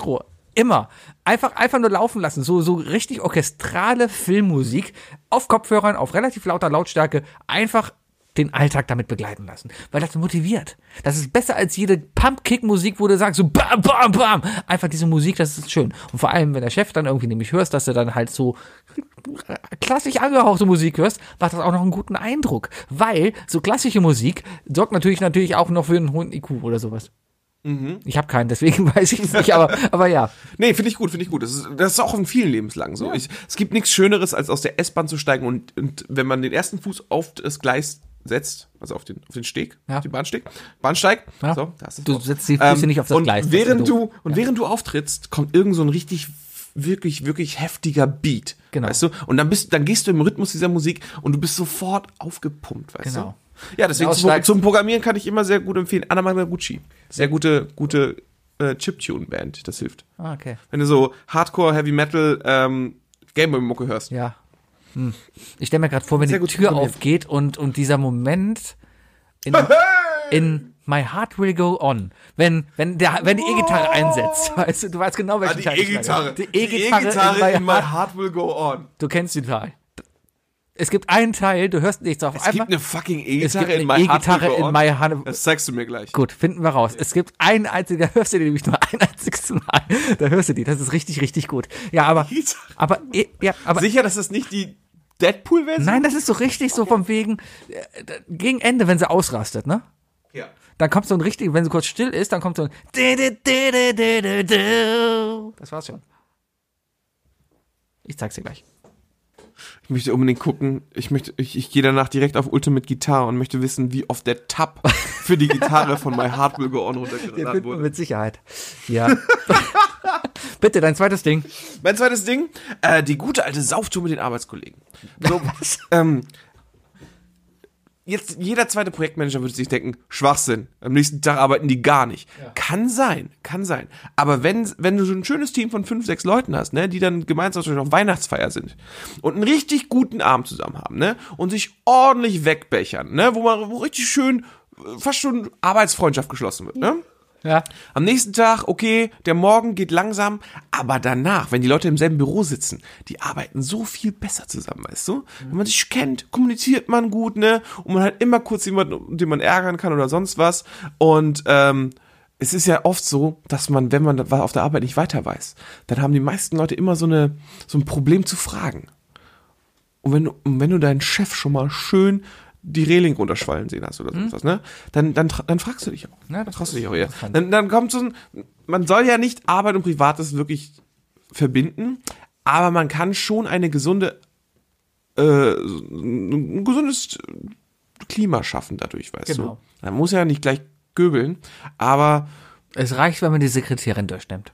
Immer. Einfach, einfach nur laufen lassen. So, so richtig orchestrale Filmmusik auf Kopfhörern, auf relativ lauter Lautstärke. Einfach den Alltag damit begleiten lassen. Weil das motiviert. Das ist besser als jede Pump-Kick-Musik, wo du sagst so bam, bam, bam. Einfach diese Musik, das ist schön. Und vor allem, wenn der Chef dann irgendwie nämlich hörst, dass du dann halt so klassisch angehauchte Musik hörst, macht das auch noch einen guten Eindruck. Weil so klassische Musik sorgt natürlich natürlich auch noch für einen hohen I Q oder sowas. Mhm. Ich habe keinen, deswegen weiß ich es nicht, aber, aber ja. Nee, finde ich gut, finde ich gut. Das ist, das ist auch in vielen Lebenslagen so. Ja. Ich, es gibt nichts Schöneres, als aus der S-Bahn zu steigen und, und wenn man den ersten Fuß auf das Gleis setzt, also auf den, auf den Steg, ja. auf den Bahnsteg, Bahnsteig. Ja. So, da hast du setzt die Füße ähm, nicht auf das und Gleis. Während du, und ja. während du auftrittst, kommt irgend so ein richtig, wirklich, wirklich heftiger Beat. Genau. Weißt du? Und dann bist, dann gehst du im Rhythmus dieser Musik und du bist sofort aufgepumpt, weißt genau. du? Ja, deswegen zum, zum Programmieren kann ich immer sehr gut empfehlen. Anna Managuchi. Sehr gute, gute äh, Chiptune-Band, das hilft. Ah, okay. Wenn du so Hardcore, Heavy Metal, ähm, Gameboy-Mucke hörst. Ja. Hm. Ich stelle mir gerade vor, wenn sehr die Tür aufgeht und, und dieser Moment in, in My Heart Will Go On, wenn, wenn, der, wenn die E-Gitarre oh. einsetzt, weißt du, du weißt genau, welchen ah, die Teil E-Gitarre. Die E-Gitarre, E-Gitarre in, in My Heart, Heart Will Go On. Du kennst den Teil. Es gibt einen Teil, du hörst nichts auf es einmal. Es gibt eine fucking E-Gitarre in My Heart Will Go On. In My Heart. Das zeigst du mir gleich. Gut, finden wir raus. Es gibt einen einzigen, da hörst du die nämlich nur ein einziges Mal. Da hörst du die, das ist richtig, richtig gut. Ja, aber, aber, ja, aber. Sicher, dass das nicht die Deadpool-Version? Nein, das ist so richtig so vom wegen, äh, gegen Ende, wenn sie ausrastet, ne? Ja. Dann kommt so ein richtig, wenn sie kurz still ist, dann kommt so ein das war's schon. Ich zeig's dir gleich. Ich möchte unbedingt gucken, ich möchte, ich, ich gehe danach direkt auf Ultimate Guitar und möchte wissen, wie oft der Tab für die Gitarre von My Heart Will Go On runtergeladen wurde. Mit Sicherheit. Ja. Bitte, dein zweites Ding. Mein zweites Ding, äh, die gute alte Sauftour mit den Arbeitskollegen. So, ähm, jetzt jeder zweite Projektmanager würde sich denken, Schwachsinn, am nächsten Tag arbeiten die gar nicht. Ja. Kann sein, kann sein. Aber wenn, wenn du so ein schönes Team von fünf, sechs Leuten hast, ne, die dann gemeinsam auf Weihnachtsfeier sind und einen richtig guten Abend zusammen haben, ne, und sich ordentlich wegbechern, ne, wo man wo richtig schön fast schon Arbeitsfreundschaft geschlossen wird, ne? Ja. Am nächsten Tag, okay, der Morgen geht langsam, aber danach, wenn die Leute im selben Büro sitzen, die arbeiten so viel besser zusammen, weißt du? Wenn man sich kennt, kommuniziert man gut, ne? Und man hat immer kurz jemanden, den man ärgern kann oder sonst was. Und ähm, es ist ja oft so, dass man, wenn man auf der Arbeit nicht weiter weiß, dann haben die meisten Leute immer so eine so ein Problem zu fragen. Und wenn du, und wenn du deinen Chef schon mal schön die Reling runterschwallen sehen hast oder sonst was, ne? Dann, dann, dann fragst du dich auch. Ja, dann traust du dich auch eher. Dann, dann kommt so ein, man soll ja nicht Arbeit und Privates wirklich verbinden, aber man kann schon eine gesunde, äh, ein gesundes Klima schaffen dadurch, weißt genau. du? Man muss ja nicht gleich göbeln, aber es reicht, wenn man die Sekretärin durchnimmt.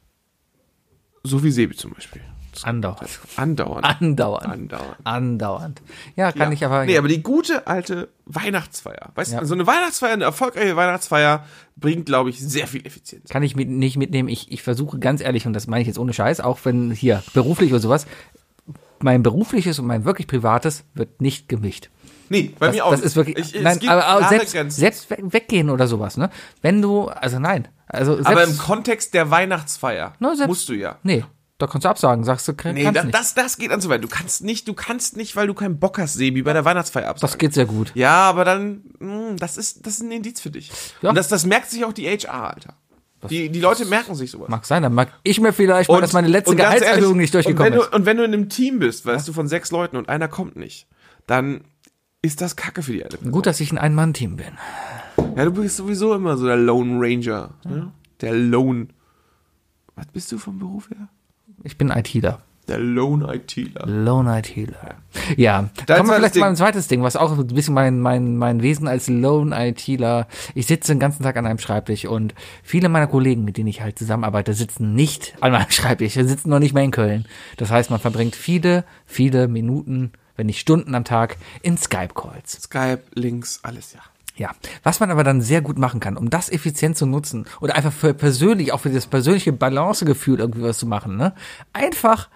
So wie Sebi zum Beispiel. Andauernd. Andauernd. Andauernd. Andauernd. Andauernd. Ja, kann ja. ich aber... Nee, ja. aber die gute alte Weihnachtsfeier. Weißt ja. du, so eine Weihnachtsfeier, eine erfolgreiche Weihnachtsfeier bringt, glaube ich, sehr viel Effizienz. Kann ich mit, nicht mitnehmen. Ich, ich versuche ganz ehrlich, und das meine ich jetzt ohne Scheiß, auch wenn hier beruflich oder sowas, mein berufliches und mein wirklich privates wird nicht gemischt. Nee, bei das, mir auch das nicht. ist wirklich, ich, nein, aber selbst, selbst weggehen oder sowas, ne? Wenn du, also nein. Also selbst, aber im Kontext der Weihnachtsfeier no, selbst, musst du ja. Nee. Da kannst du absagen, sagst du, kann, nee, kannst da, nicht. Das, das geht an so weit. Du kannst nicht, du kannst nicht, weil du keinen Bock hast, Sebi, bei der Weihnachtsfeier absagen. Das geht sehr gut. Ja, aber dann, mh, das ist, das ist ein Indiz für dich. Ja. Und das, das merkt sich auch die H R, Alter. Das, die, die Leute merken sich sowas. Mag sein, dann mag ich mir vielleicht mal, dass meine letzte Gehaltserhöhung nicht durchgekommen und ist. Du, und wenn du in einem Team bist, weißt ja. du, von sechs Leuten und einer kommt nicht, dann ist das Kacke für die eine Person. Gut, dass ich ein Ein-Mann-Team bin. Ja, du bist sowieso immer so der Lone Ranger. Ja. Ne? Der Lone. Was bist du vom Beruf her? Ich bin ITler. Der Lone ITler. Lone ITler. Ja, Dein kommen wir vielleicht Ding. mal ein zweites Ding, was auch ein bisschen mein, mein, mein Wesen als Lone ITler. Ich sitze den ganzen Tag an einem Schreibtisch und viele meiner Kollegen, mit denen ich halt zusammenarbeite, sitzen nicht an meinem Schreibtisch. Sie sitzen noch nicht mehr in Köln. Das heißt, man verbringt viele, viele Minuten, wenn nicht Stunden am Tag in Skype-Calls. Skype, Links, alles, ja. Ja, was man aber dann sehr gut machen kann, um das effizient zu nutzen oder einfach für persönlich, auch für das persönliche Balancegefühl irgendwie was zu machen, ne? Einfach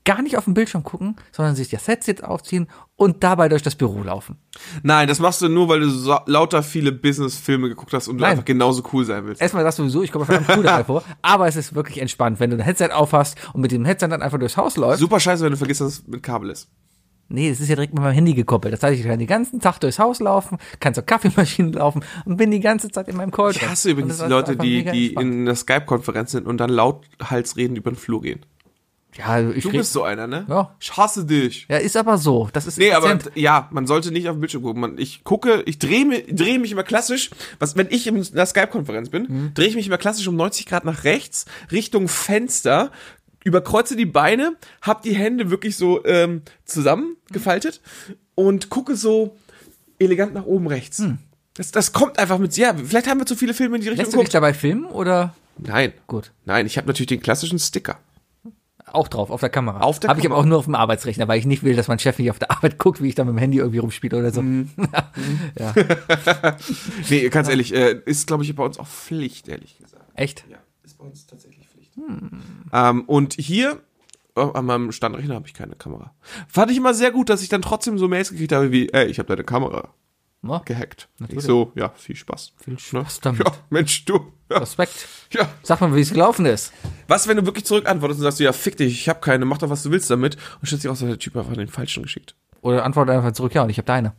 gar nicht auf den Bildschirm gucken, sondern sich das Headset aufziehen und dabei durch das Büro laufen. Nein, das machst du nur, weil du so, lauter viele Business-Filme geguckt hast und du Nein. einfach genauso cool sein willst. Erstmal das sowieso, ich komme verdammt cool dabei vor, aber es ist wirklich entspannt, wenn du ein Headset aufhast und mit dem Headset dann einfach durchs Haus läufst. Super scheiße, wenn du vergisst, dass es mit Kabel ist. Nee, es ist ja direkt mit meinem Handy gekoppelt. Das heißt, ich kann den ganzen Tag durchs Haus laufen, kann zur Kaffeemaschine laufen und bin die ganze Zeit in meinem Call drin. Ich hasse übrigens die Und das ist Leute, einfach die, mega die entspannt. in einer Skype-Konferenz sind und dann lauthals reden über den Flur gehen. Ja, ich Du red- bist so einer, ne? Ja. Ich hasse dich. Ja, ist aber so. Das ist Nee, aber effizient. ja, man sollte nicht auf den Bildschirm gucken. Man, ich gucke, ich drehe mich, drehe mich immer klassisch, was, wenn ich in einer Skype-Konferenz bin, Mhm. drehe ich mich immer klassisch um neunzig Grad nach rechts, Richtung Fenster, überkreuze die Beine, hab die Hände wirklich so ähm, zusammengefaltet und gucke so elegant nach oben rechts. Das, das kommt einfach mit, ja, vielleicht haben wir zu viele Filme in die Richtung Lässt du dich geguckt. dabei filmen oder? Nein, Gut. nein, ich habe natürlich den klassischen Sticker. Auch drauf, auf der Kamera. Auf der Habe ich aber Kamera. auch nur auf dem Arbeitsrechner, weil ich nicht will, dass mein Chef nicht auf der Arbeit guckt, wie ich da mit dem Handy irgendwie rumspiele oder so. Mhm. ja, Nee, ganz ehrlich, äh, ist, glaube ich, bei uns auch Pflicht, ehrlich gesagt. echt? Ja, ist bei uns tatsächlich Pflicht. Ähm, und hier, oh, an meinem Standrechner habe ich keine Kamera. Fand ich immer sehr gut, dass ich dann trotzdem so Mails gekriegt habe wie, ey, ich habe deine Kamera Ja, gehackt. Natürlich. Ich so, ja, viel Spaß. viel Spaß damit. Ja, Mensch, du. Ja, Respekt. ja. Sag mal, wie es gelaufen ist. Was, wenn du wirklich zurückantwortest und sagst, du, ja, fick dich, ich habe keine, mach doch, was du willst damit. Und stellt sich raus, hat der Typ einfach den Falschen geschickt. Oder antworte einfach zurück, ja, und ich habe deine.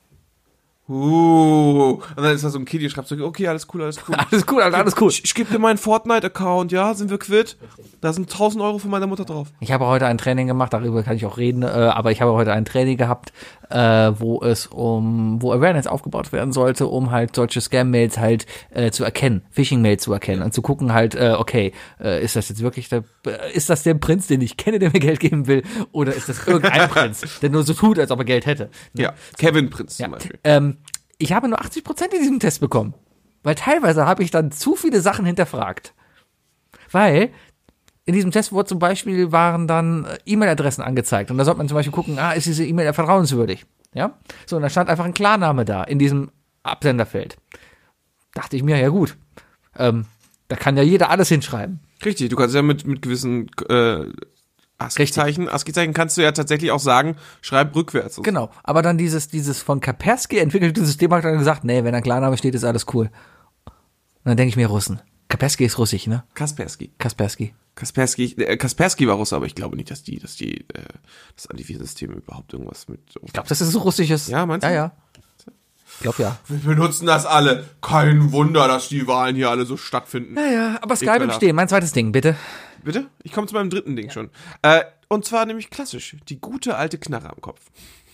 Uh, und dann ist da so ein Kid, der schreibt zurück, okay, alles cool, alles cool. Alles cool, Alter, alles cool. Ich, ich gebe dir meinen Fortnite-Account, ja, sind wir quitt? Da sind tausend Euro von meiner Mutter drauf. Ich habe heute ein Training gemacht, darüber kann ich auch reden, äh, aber ich habe heute ein Training gehabt, äh, wo es um, wo Awareness aufgebaut werden sollte, um halt solche Scam-Mails halt äh, zu erkennen, Phishing-Mails zu erkennen und zu gucken halt, äh, okay, äh, ist das jetzt wirklich der, äh, ist das der Prinz, den ich kenne, der mir Geld geben will, oder ist das irgendein Prinz, der nur so tut, als ob er Geld hätte? Ja, Kevin Prinz Ja. zum Beispiel. Ähm, ich habe nur achtzig Prozent in diesem Test bekommen. Weil teilweise habe ich dann zu viele Sachen hinterfragt. Weil in diesem Test wurde zum Beispiel waren dann äh, E-Mail-Adressen angezeigt. Und da sollte man zum Beispiel gucken, ah, ist diese E-Mail vertrauenswürdig? Ja? So, und da stand einfach ein Klarname da in diesem Absenderfeld. Dachte ich mir, ja gut. Ähm, da kann ja jeder alles hinschreiben. Richtig, du kannst ja mit, mit gewissen äh, ASCII-Zeichen, ASCII-Zeichen kannst du ja tatsächlich auch sagen, schreib rückwärts. Und so. Genau. Aber dann dieses, dieses von Kaspersky entwickelte System hat dann gesagt, nee, wenn ein Klarname steht, ist alles cool. Und dann denke ich mir, Russen. Kaspersky ist russisch, ne? Kaspersky. Kaspersky. Kaspersky, äh, Kaspersky war Russe, aber ich glaube nicht, dass die, dass die, äh, das Antivirensystem überhaupt irgendwas mit. Ich glaube, das ist so russisches. Ja, meinst du? Ja, ja. Ich glaube ja. Wir benutzen das alle. Kein Wunder, dass die Wahlen hier alle so stattfinden. Ja, ja, aber Skype im Ekelhaft. Stehen. Mein zweites Ding, bitte. Bitte? Ich komme zu meinem dritten Ding schon. Äh, und zwar nämlich klassisch. Die gute alte Knarre am Kopf.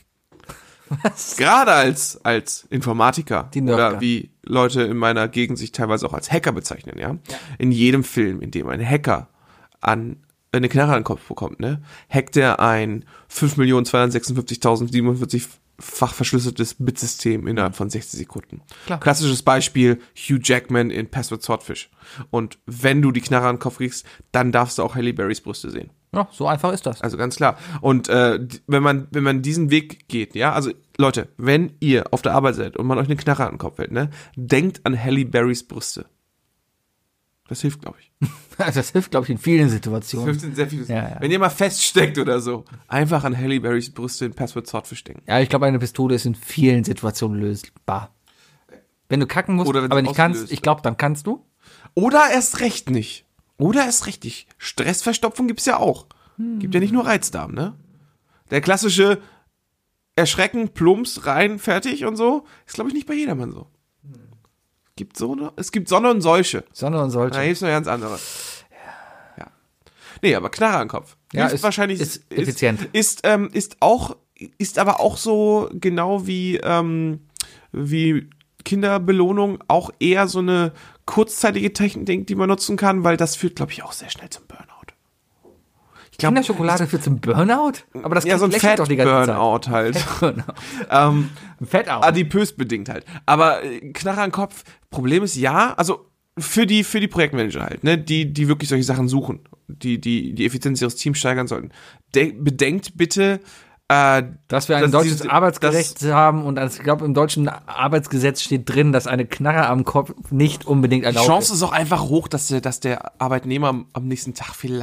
Was? Gerade als, als Informatiker Die Nerdker. oder wie Leute in meiner Gegend sich teilweise auch als Hacker bezeichnen, ja? In jedem Film, in dem ein Hacker an eine Knarre an den Kopf bekommt, ne, hackt er ein fünf Millionen zweihundertsechsundfünfzigtausendsiebenundvierzig fach verschlüsseltes Bitsystem innerhalb von sechzig Sekunden. Klar. Klassisches Beispiel, Hugh Jackman in Password Swordfish. Und wenn du die Knarre an den Kopf kriegst, dann darfst du auch Halle Berrys Brüste sehen. Ja, so einfach ist das. Also ganz klar. Und äh, d- wenn man wenn man diesen Weg geht, ja, also Leute, wenn ihr auf der Arbeit seid und man euch eine Knarre an den Kopf hält, ne, denkt an Halle Berrys Brüste. Das hilft, glaube ich. Das hilft, glaube ich, in vielen Das Situationen. hilft in sehr vieles. Ja, ja. Wenn ihr mal feststeckt oder so, einfach an Halle Berrys Brüste in Password Swordfish denken. Ja, ich glaube, eine Pistole ist in vielen Situationen lösbar. Wenn du kacken musst, Oder wenn aber sie nicht kannst, ausgelöst ich glaube, dann kannst du. Oder erst recht nicht. Oder erst recht nicht. Stressverstopfung gibt's ja auch. Gibt ja nicht nur Reizdarm, ne? Der klassische Erschrecken, Plumps, rein, fertig und so, ist, glaube ich, nicht bei jedermann so. Gibt so eine, es gibt Sonne und Solche. Sonne und Da solche. gibt's noch ganz andere. Ja. Nee, aber Knarre am Kopf. Ja, Hilft ist- wahrscheinlich ist effizient. Ist, ist, ähm, ist auch, ist aber auch so genau wie, ähm, wie Kinderbelohnung auch eher so eine kurzzeitige Technik, die man nutzen kann, weil das führt, glaube ich, auch sehr schnell zum Burnout. Ich glaube, Kinderschokolade führt zum Burnout? Aber das ja, so ein lächelt doch die ganze Zeit. Fat-Burnout halt. Burnout. ähm, Fett auch. adipös bedingt halt. Aber äh, Knarre am Kopf, Problem ist ja, also für die für die Projektmanager halt, ne, die die wirklich solche Sachen suchen, die die die Effizienz ihres Teams steigern sollten. De bedenkt bitte, äh, Dass wir ein dass deutsches diese- Arbeitsgesetz haben und ich glaube, im deutschen Arbeitsgesetz steht drin, dass eine Knarre am Kopf nicht unbedingt die erlaubt Chance ist. ist auch einfach hoch, dass der dass der Arbeitnehmer am, am nächsten Tag vielleicht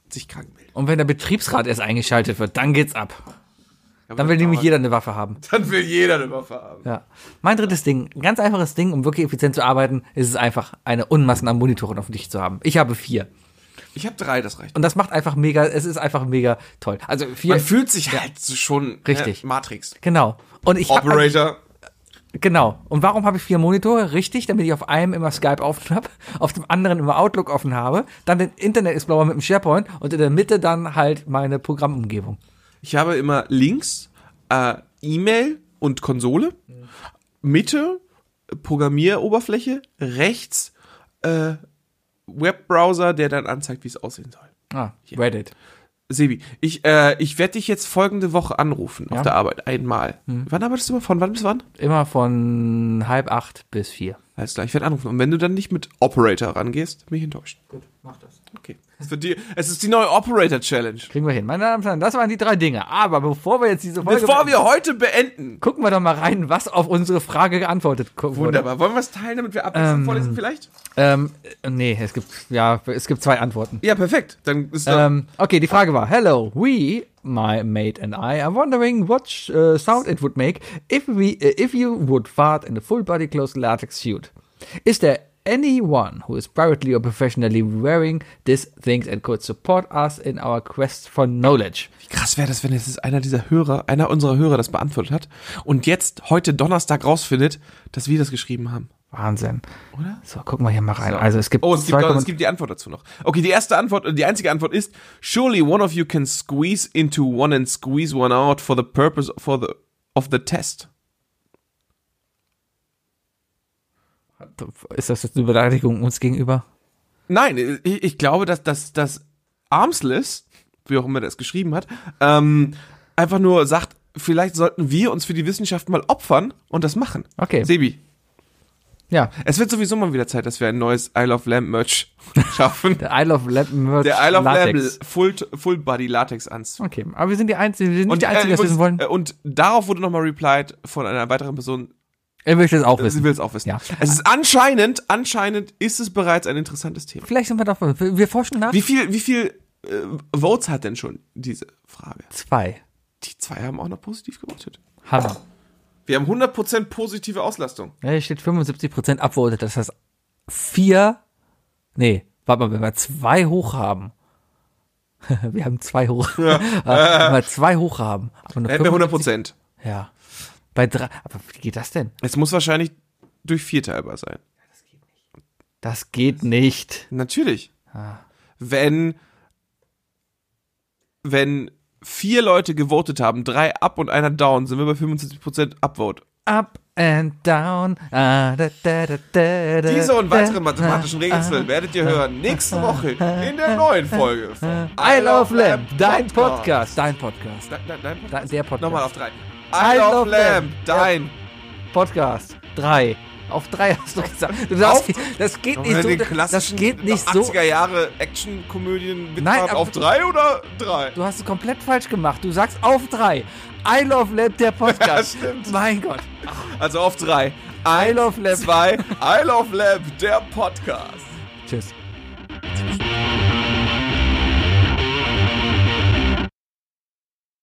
sich krank melden. Und wenn der Betriebsrat erst eingeschaltet wird, dann geht's ab. Aber Dann will das nämlich dauert- jeder eine Waffe haben. Dann will jeder eine Waffe haben. Ja. Mein drittes Ding, ein ganz einfaches Ding, um wirklich effizient zu arbeiten, ist es einfach, eine Unmassen an Monitoren auf dem Tisch zu haben. Ich habe vier. Ich habe drei, das reicht. Und das macht einfach mega, es ist einfach mega toll. Also vier. Man fühlt sich halt so schon Richtig. Äh, Matrix. Genau. Und ich hab, Operator. genau. Und warum habe ich vier Monitore? Richtig, damit ich auf einem immer Skype offen habe, auf dem anderen immer Outlook offen habe, dann den Internet Explorer mit dem SharePoint und in der Mitte dann halt meine Programmumgebung. Ich habe immer links äh, E-Mail und Konsole, Mitte Programmieroberfläche, rechts äh, Webbrowser, der dann anzeigt, wie es aussehen soll. Ah, Reddit. Sebi, ich, äh, ich werde dich jetzt folgende Woche anrufen Ja. auf der Arbeit. Einmal. Wann arbeitest du immer? Von wann bis wann? Immer von halb acht bis vier. Alles klar, ich werde anrufen. Und wenn du dann nicht mit Operator rangehst, bin ich enttäuscht. Gut, mach das. Okay. Es, wird die, es ist die neue Operator-Challenge. Kriegen wir hin. Meine Damen und Herren, das waren die drei Dinge. Aber bevor wir jetzt diese Folge Bevor wir heute beenden. gucken wir doch mal rein, was auf unsere Frage geantwortet wurde. Wunderbar. Wollen wir es teilen, damit wir abwechselnd Ähm, vorlesen vielleicht? Ähm, äh, nee, es gibt, ja, es gibt zwei Antworten. Ja, perfekt. Dann ist da Ähm, okay, die Frage war, hello, we, my mate and I are wondering what uh, sound it would make if we, uh, if you would fart in a full body closed latex suit. Is there anyone who is privately or professionally wearing these things and could support us in our quest for knowledge? Wie krass wäre das, wenn jetzt einer dieser Hörer, einer unserer Hörer das beantwortet hat und jetzt heute Donnerstag rausfindet, dass wir das geschrieben haben. Wahnsinn. Oder? So, gucken wir hier mal rein. Also es gibt, Oh, es gibt, zwei noch, es Komment- gibt die Antwort dazu noch. Okay, die erste Antwort, die einzige Antwort ist, surely one of you can squeeze into one and squeeze one out for the purpose for the, of the test. Ist das jetzt eine Beleidigung uns gegenüber? Nein, ich, ich glaube, dass das dass Armsless, wie auch immer der es geschrieben hat, ähm, einfach nur sagt, vielleicht sollten wir uns für die Wissenschaft mal opfern und das machen. Okay. Sebi, Ja. es wird sowieso mal wieder Zeit, dass wir ein neues Isle of Lamp Merch schaffen. Der Isle of Lamp Merch Der Isle of Latex. Lamp Full, Full Body Latex Anzug. Okay, aber wir sind die Einzigen, wir sind nicht Und, die Einzigen, die das übrigens, wissen wollen. äh, und darauf wurde nochmal replied von einer weiteren Person, Er möchte es auch sie wissen. will es auch wissen. Ja. Es ist anscheinend, anscheinend ist es bereits ein interessantes Thema. Vielleicht sind wir doch, wir forschen nach. Wie viel, wie viel äh, Votes hat denn schon diese Frage? Zwei. Die zwei haben auch noch positiv gewotet. Hammer. Wir haben hundert Prozent positive Auslastung. Ja, hier steht fünfundsiebzig Prozent upvoted. Das heißt, vier, nee, warte mal, wenn wir zwei hoch haben. Wir haben zwei hoch. Ja. Wenn wir zwei hoch haben. Aber nur Da hätten wir hundert fünfundsiebzig Prozent. Ja. Bei drei, aber wie geht das denn? Es muss wahrscheinlich durch vier teilbar sein. Das geht nicht. Natürlich. Ah. Wenn, wenn vier Leute gewotet haben, drei up und einer down, sind wir bei fünfundsiebzig Prozent Upvote. Up and down. Ah, da, da, da, da, da, Diese und weitere da, mathematischen Rätsel werdet ihr hören nächste Woche in der neuen Folge von I Love Lamp, dein Podcast. Dein Podcast. Dein, dein, dein Podcast? Dein, der Podcast. Nochmal auf drei. I, Love Lamp, dein. Podcast. Drei. Auf drei hast du gesagt. Du darfst, Auf- das geht Noch nicht in so. den Das klassischen geht nicht so. achtziger Jahre Actionkomödien Nein, aber- auf drei oder drei? Du hast es komplett falsch gemacht. Du sagst auf drei. I Love Lamp, der Podcast. Ja, stimmt. Mein Gott. Also auf drei. Eins, Love Lamp. zwei, I Love Lamp, der Podcast. Tschüss.